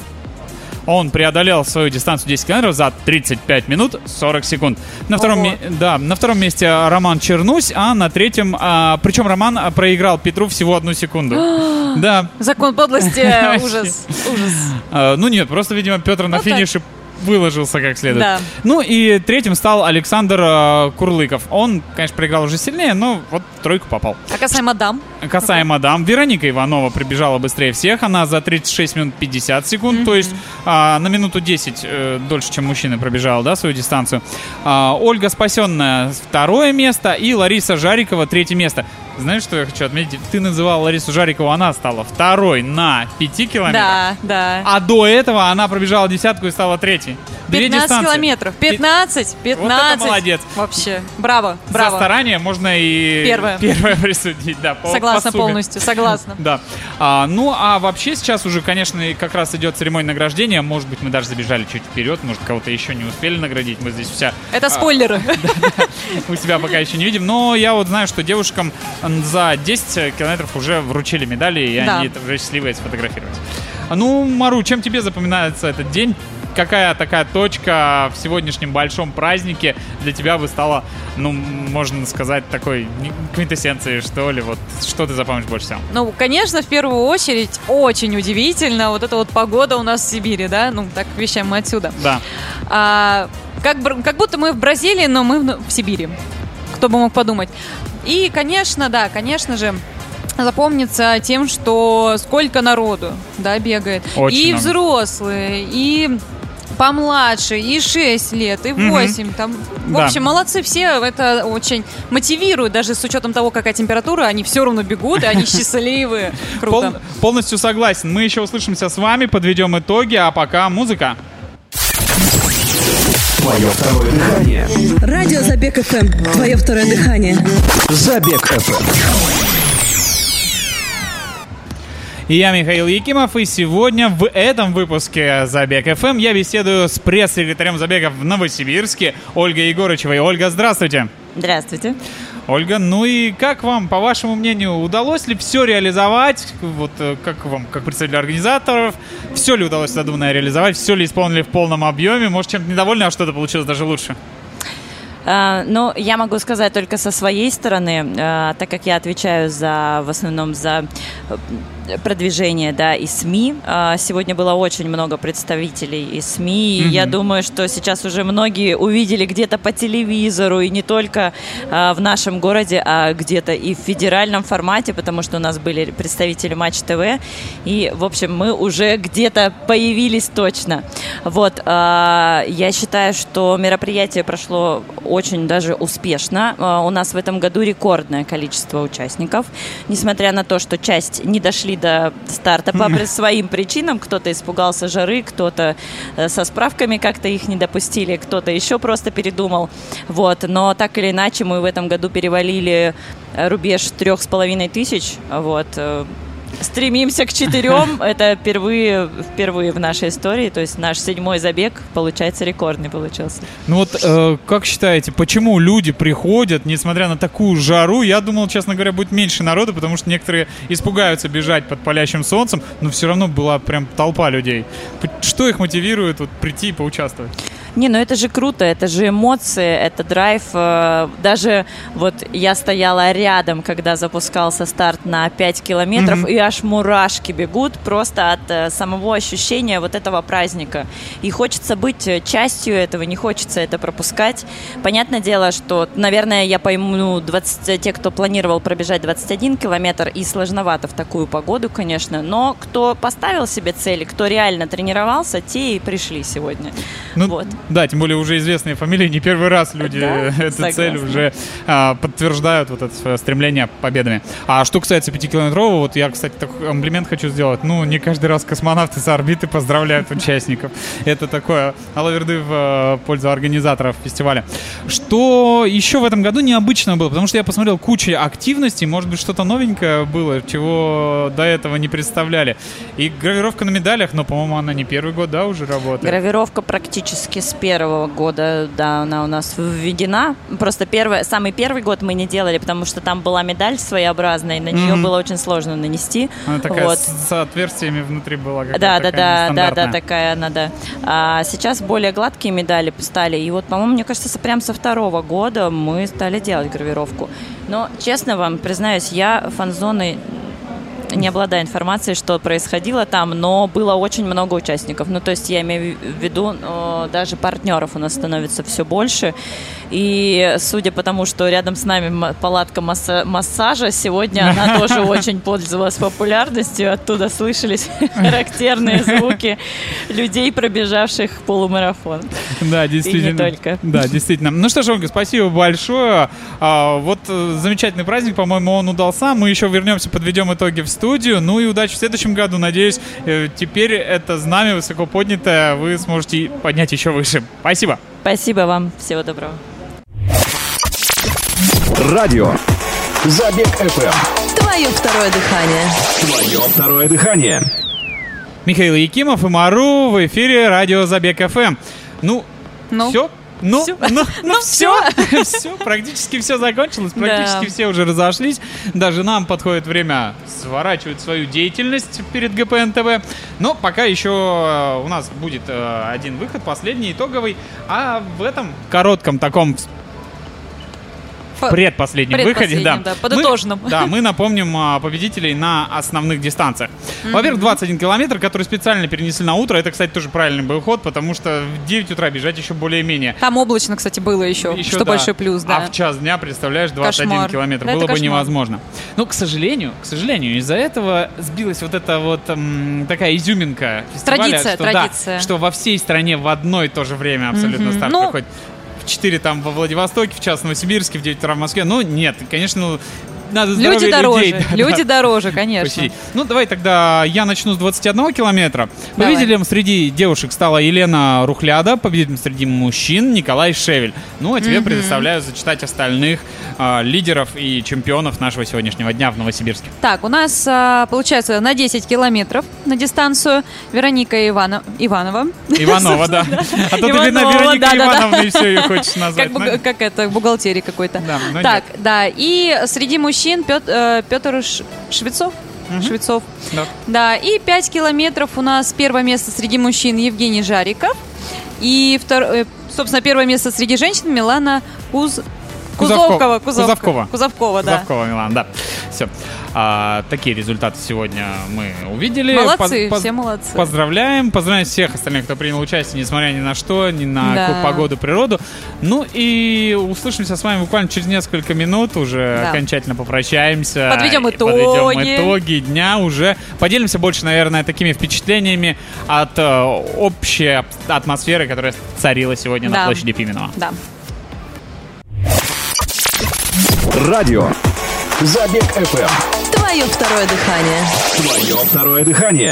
Он преодолел свою дистанцию десять километров за тридцать пять минут сорок секунд. На втором, ме- да, на втором месте Роман Чернусь, а на третьем... А, причем Роман проиграл Петру всего одну секунду. Да. Закон подлости, ужас, ужас. А, ну нет, просто, видимо, Петр на финише выложился как следует. Да. Ну и третьим стал Александр э, Курлыков. Он, конечно, проиграл уже сильнее, но вот в тройку попал. А касаемо дам? Касаемо дам, Вероника Иванова прибежала быстрее всех. Она за тридцать шесть минут пятьдесят секунд, mm-hmm. то есть а, на минуту десять э, дольше, чем мужчина, пробежала, да, свою дистанцию. А, Ольга Спасенная второе место и Лариса Жарикова третье место. Знаешь, что я хочу отметить? Ты называла Ларису Жарикову, она стала второй на пяти километрах. Да, да. А до этого она пробежала десятку и стала третьей. пятнадцать километров. пятнадцать, пятнадцать. Вот это молодец. Вообще. Браво, браво. За старание можно и первое, первое присудить. Да, по, согласна по сумме. Полностью, согласна. Да. А, ну, а вообще сейчас уже, конечно, как раз идет церемония награждения. Может быть, мы даже забежали чуть вперед. Может, кого-то еще не успели наградить. Мы здесь вся... Это спойлеры. У себя пока еще не видим. Но я вот знаю, что девушкам за десять километров уже вручили медали, и они уже счастливые сфотографировать. Ну, Мару, чем тебе запоминается этот день? Какая такая точка в сегодняшнем большом празднике для тебя бы стала, ну, можно сказать, такой квинтэссенцией, что ли? Вот что ты запомнишь больше всего? Ну, конечно, в первую очередь, очень удивительно вот эта вот погода у нас в Сибири, да? Ну, так вещаем мы отсюда. Да. А, как, как будто мы в Бразилии, но мы в, в Сибири. Кто бы мог подумать. И, конечно, да, конечно же, запомнится тем, что сколько народу, да, бегает. Очень и много. Взрослые, и помладше, и шесть лет, и восемь. Mm-hmm. Там, в да. общем, молодцы все. Это очень мотивирует. Даже с учетом того, какая температура, они все равно бегут, и они счастливые. Круто. Пол, полностью согласен. Мы еще услышимся с вами, подведем итоги, а пока музыка. Твое второе дыхание. Радио Забег эф эм. Твое второе дыхание. Забег эф эм. И я Михаил Якимов, и сегодня в этом выпуске Забег эф эм я беседую с пресс-секретарем Забега в Новосибирске Ольгой Егорычевой. Ольга, здравствуйте. Здравствуйте. Ольга, ну и как вам, по вашему мнению, удалось ли все реализовать? Вот как вам, как представитель организаторов, все ли удалось задуманное реализовать? Все ли исполнили в полном объеме? Может, чем-то недовольны, а что-то получилось даже лучше? Uh, ну, я могу сказать только со своей стороны, uh, так как я отвечаю за, в основном за продвижение, да, и СМИ. Uh, сегодня было очень много представителей из СМИ, mm-hmm. и я думаю, что сейчас уже многие увидели где-то по телевизору, и не только uh, в нашем городе, а где-то и в федеральном формате, потому что у нас были представители Матч ТВ, и, в общем, мы уже где-то появились точно. Вот, uh, я считаю, что мероприятие прошло очень даже успешно. Uh, у нас в этом году рекордное количество участников. Несмотря на то, что часть не дошли до старта по своим причинам. Кто-то испугался жары, кто-то uh, со справками как-то их не допустили, кто-то еще просто передумал. Вот. Но так или иначе мы в этом году перевалили рубеж трех с половиной тысяч. Вот. Стремимся к четырем. Это впервые, впервые в нашей истории. То есть наш седьмой забег, получается, рекордный получился. Ну вот, э, как считаете, почему люди приходят, несмотря на такую жару? Я думал, честно говоря, будет меньше народу, потому что некоторые испугаются бежать под палящим солнцем, но все равно была прям толпа людей. Что их мотивирует вот, прийти и поучаствовать? Не, ну это же круто, это же эмоции, это драйв. Даже вот я стояла рядом, когда запускался старт на пять километров, mm-hmm. и аж мурашки бегут просто от самого ощущения вот этого праздника. И хочется быть частью этого, не хочется это пропускать. Понятное дело, что, наверное, я пойму двадцать, те, кто планировал пробежать двадцать один километр, и сложновато в такую погоду, конечно, но кто поставил себе цели, кто реально тренировался, те и пришли сегодня. Ну, вот. Да, тем более уже известные фамилии, не первый раз люди Да, эту согласна. цель уже а, подтверждают, вот это свое стремление победами. А что касается пятикилометрового, вот я, кстати, такой комплимент хочу сделать. Ну, не каждый раз космонавты с орбиты поздравляют участников. Это такое алаверды в э, пользу организаторов фестиваля. Что еще в этом году необычно было? Потому что я посмотрел кучу активностей, может быть, что-то новенькое было, чего до этого не представляли. И гравировка на медалях, но, по-моему, она не первый год, да, уже работает? Гравировка практически с первого года, да, она у нас введена. Просто первый, самый первый год мы не делали, потому что там была медаль своеобразная, и на нее Мгм. было очень сложно нанести. Она такая Вот. с, с отверстиями внутри была. какая-то Да, да, такая да, да, нестандартная. да, такая она, да. А сейчас более гладкие медали стали. И вот, по-моему, мне кажется, со- прям со второго года мы стали делать гравировку. Но, честно вам признаюсь, я фан-зоной не обладаю информацией, что происходило там, но было очень много участников. Ну, то есть я имею в виду, э, даже партнеров у нас становится все больше. И судя по тому, что рядом с нами м- палатка масса- массажа, сегодня она тоже очень пользовалась популярностью. Оттуда слышались характерные звуки людей, пробежавших полумарафон. Да, действительно. И не только. Да, действительно. Ну что ж, Ольга, спасибо большое. А, вот э, замечательный праздник, по-моему, он удался. Мы еще вернемся, подведем итоги в студию. Ну и удачи в следующем году. Надеюсь, э, теперь это знамя высоко поднятое вы сможете поднять еще выше. Спасибо. Спасибо вам. Всего доброго. Радио Забег эф эм. Твое второе дыхание. Твое второе дыхание. Михаил Якимов и Мару в эфире радио Забег эф эм. Ну, Ну? все. Ну, Всё. ну, Ну, все, все, практически все закончилось, практически Да. все уже разошлись. Даже нам подходит время сворачивать свою деятельность перед гэ пэ эн тэ вэ. Но пока еще э, у нас будет э, один выход, последний, итоговый. А в этом коротком таком Ф- предпоследнем выходе, да, предпоследнем, да, подытоженном. Мы, да, мы напомним а, победителей на основных дистанциях. Во-первых, двадцать один километр, который специально перенесли на утро. Это, кстати, тоже правильный был ход, потому что в девять утра бежать еще более-менее. Там облачно, кстати, было еще, Еще, что да. большой плюс, да. А в час дня, представляешь, двадцать один Кошмар. километр. Да, Было это бы кошмар. невозможно. Но, к сожалению, к сожалению, из-за этого сбилась вот эта вот м, такая изюминка фестиваля. Традиция, что, да, традиция. что во всей стране в одно и то же время абсолютно Мгм. старт Ну, проходит. В четыре там во Владивостоке, в час в Новосибирске, в девять утра в Москве. Ну, нет, конечно, ну, надо здоровье Люди дороже, людей. Да, люди да. дороже, конечно. Посидеть. Ну, давай тогда я начну с двадцати одного километра. Давай. Победителем среди девушек стала Елена Рухляда, победителем среди мужчин Николай Шевель. Ну, а тебе Мгм. предоставляю зачитать остальных а, лидеров и чемпионов нашего сегодняшнего дня в Новосибирске. Так, у нас а, получается на десять километров на дистанцию Вероника Ивана... Иванова. Иванова, да. А то ты, видно, Иванова, Вероника да-да-да. Ивановна и все ее хочешь Как, назвать. бу- Ну, как это, в бухгалтерии какой-то. Да, но Так, да, и среди мужчин Пет- э, Петр Ш- Швецов. Швецов. Да. Да, и пять километров у нас первое место среди мужчин Евгений Жариков. И, втор... э, собственно, первое место среди женщин Милана Куз... Кузовкова. Кузовкова. Кузовкова. Кузовкова, да. Кузовкова, Милан, да. Все. А, такие результаты сегодня мы увидели. Молодцы, Поз- все молодцы. Поздравляем. Поздравляем всех остальных, кто принял участие, несмотря ни на что, ни на Да. какую погоду, природу. Ну и услышимся с вами буквально через несколько минут. Уже Да. окончательно попрощаемся. Подведем И итоги. Подведем итоги дня уже. Поделимся больше, наверное, такими впечатлениями от э, общей атмосферы, которая царила сегодня Да. на площади Пименова. Да. Радио Забег эф эм. Твое второе дыхание. Твое второе дыхание.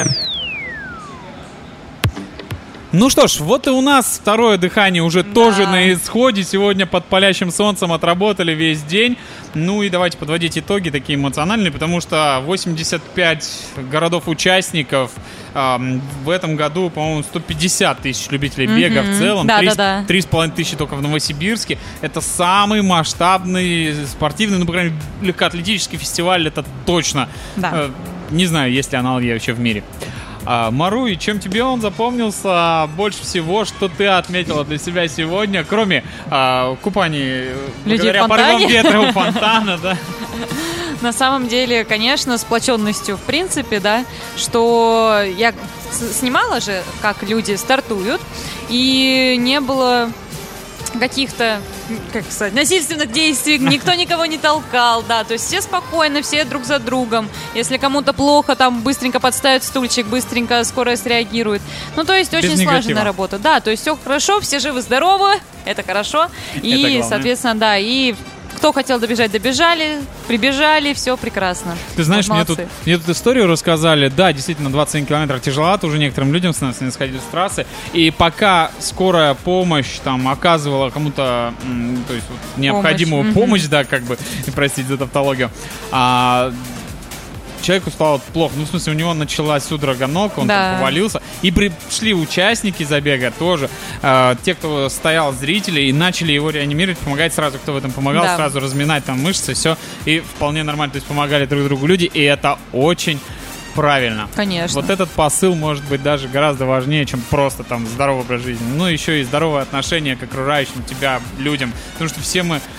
Ну что ж, вот и у нас второе дыхание уже тоже на исходе. Сегодня под палящим солнцем отработали весь день. Ну и давайте подводить итоги такие эмоциональные, потому что восемьдесят пять городов-участников. эм, в этом году, по-моему, сто пятьдесят тысяч любителей бега Мгм. в целом. Да, Три да, с- да. Три с половиной тысячи только в Новосибирске. Это самый масштабный спортивный, ну, по крайней мере, легкоатлетический фестиваль. Это точно. Да. Э, не знаю, есть ли аналоги вообще в мире. А, Мару, и чем тебе он запомнился больше всего, что ты отметила для себя сегодня, кроме а, купаний Людей благодаря в фонтане? порывам ветра у фонтана, да? На самом деле, конечно, сплоченностью, в принципе, да, что я с- снимала же, как люди стартуют, и не было каких-то как сказать, насильственных действий, никто никого не толкал, да, то есть все спокойно, все друг за другом. Если кому-то плохо, там быстренько подставят стульчик, быстренько скорая среагирует. Ну, то есть очень слаженная работа. Да, то есть все хорошо, все живы-здоровы, это хорошо. И, соответственно, да, и кто хотел добежать, добежали, прибежали, все прекрасно. Ты знаешь, вот мне тут, мне тут историю рассказали. Да, действительно, двадцать семь километров тяжеловато уже некоторым людям, с нас не сходили с трассы. И пока скорая помощь там оказывала кому-то, м, то есть вот, необходимую помощь, помощь, да, как бы, простите за тавтологию, а человеку стало плохо. Ну, в смысле, у него началась судорога ног, он да. там повалился. И пришли участники забега тоже, э, те, кто стоял, зрители, и начали его реанимировать, помогать сразу, кто в этом помогал, да. сразу разминать там мышцы, все. И вполне нормально, то есть помогали друг другу люди, и это очень правильно. Конечно. Вот этот посыл может быть даже гораздо важнее, чем просто там здоровый образ жизни. Ну, еще и здоровое отношение к окружающим тебя людям. Потому что все мы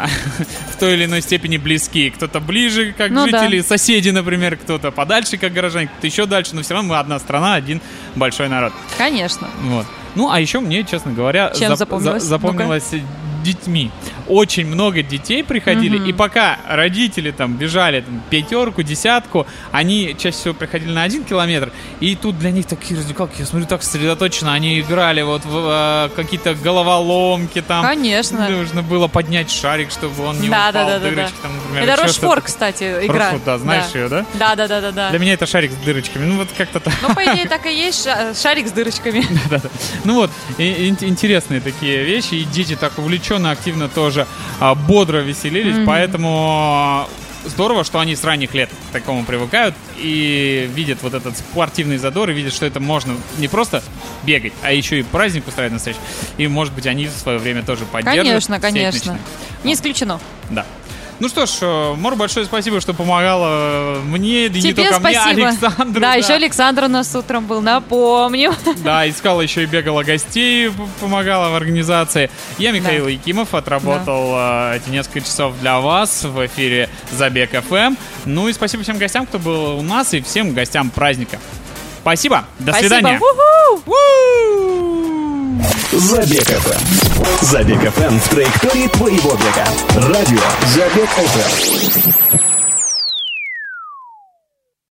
в той или иной степени близки. Кто-то ближе, как ну, жители, да. соседи, например, кто-то подальше, как горожане, кто-то еще дальше, но все равно мы одна страна, один большой народ. Конечно. Вот. Ну, а еще мне, честно говоря, Чем зап- запомнилось? За- запомнилось Ну-ка. детьми. Очень много детей приходили, mm-hmm. и пока родители там бежали там, пятерку, десятку, они чаще всего приходили на один километр, и тут для них такие раздевалки, я смотрю, так сосредоточенно, они играли вот в э, какие-то головоломки там. Конечно. Нужно было поднять шарик, чтобы он не да, упал, да, да, дырочки да. там, например. Это Рошфор, кстати, игра. Рошфор, да, знаешь да. ее, да? Да, да, да, да, да. Для меня это шарик с дырочками, ну вот как-то так. Ну, по идее, так и есть, шарик с дырочками. Да, да. Ну вот, и, и, интересные такие вещи, и дети так увлеченно, активно тоже а, бодро веселились, mm-hmm. поэтому здорово, что они с ранних лет к такому привыкают и видят вот этот спортивный задор, и видят, что это можно не просто бегать, а еще и праздник устраивать настоящий. И, может быть, они в свое время тоже поддержат. Конечно, конечно. Не исключено. Да. Ну что ж, Мор, большое спасибо, что помогала мне, да и не только спасибо. мне, Александру. Да, да, еще Александр у нас утром был, напомним. Да, искала еще и бегала гостей, помогала в организации. Я, Михаил да. Якимов, отработал да. эти несколько часов для вас в эфире Забег эф эм. Ну и спасибо всем гостям, кто был у нас, и всем гостям праздника. Спасибо, до спасибо. свидания. Забег эф эм. Забег эф эм в траектории твоего бега. Радио Забег эф эм.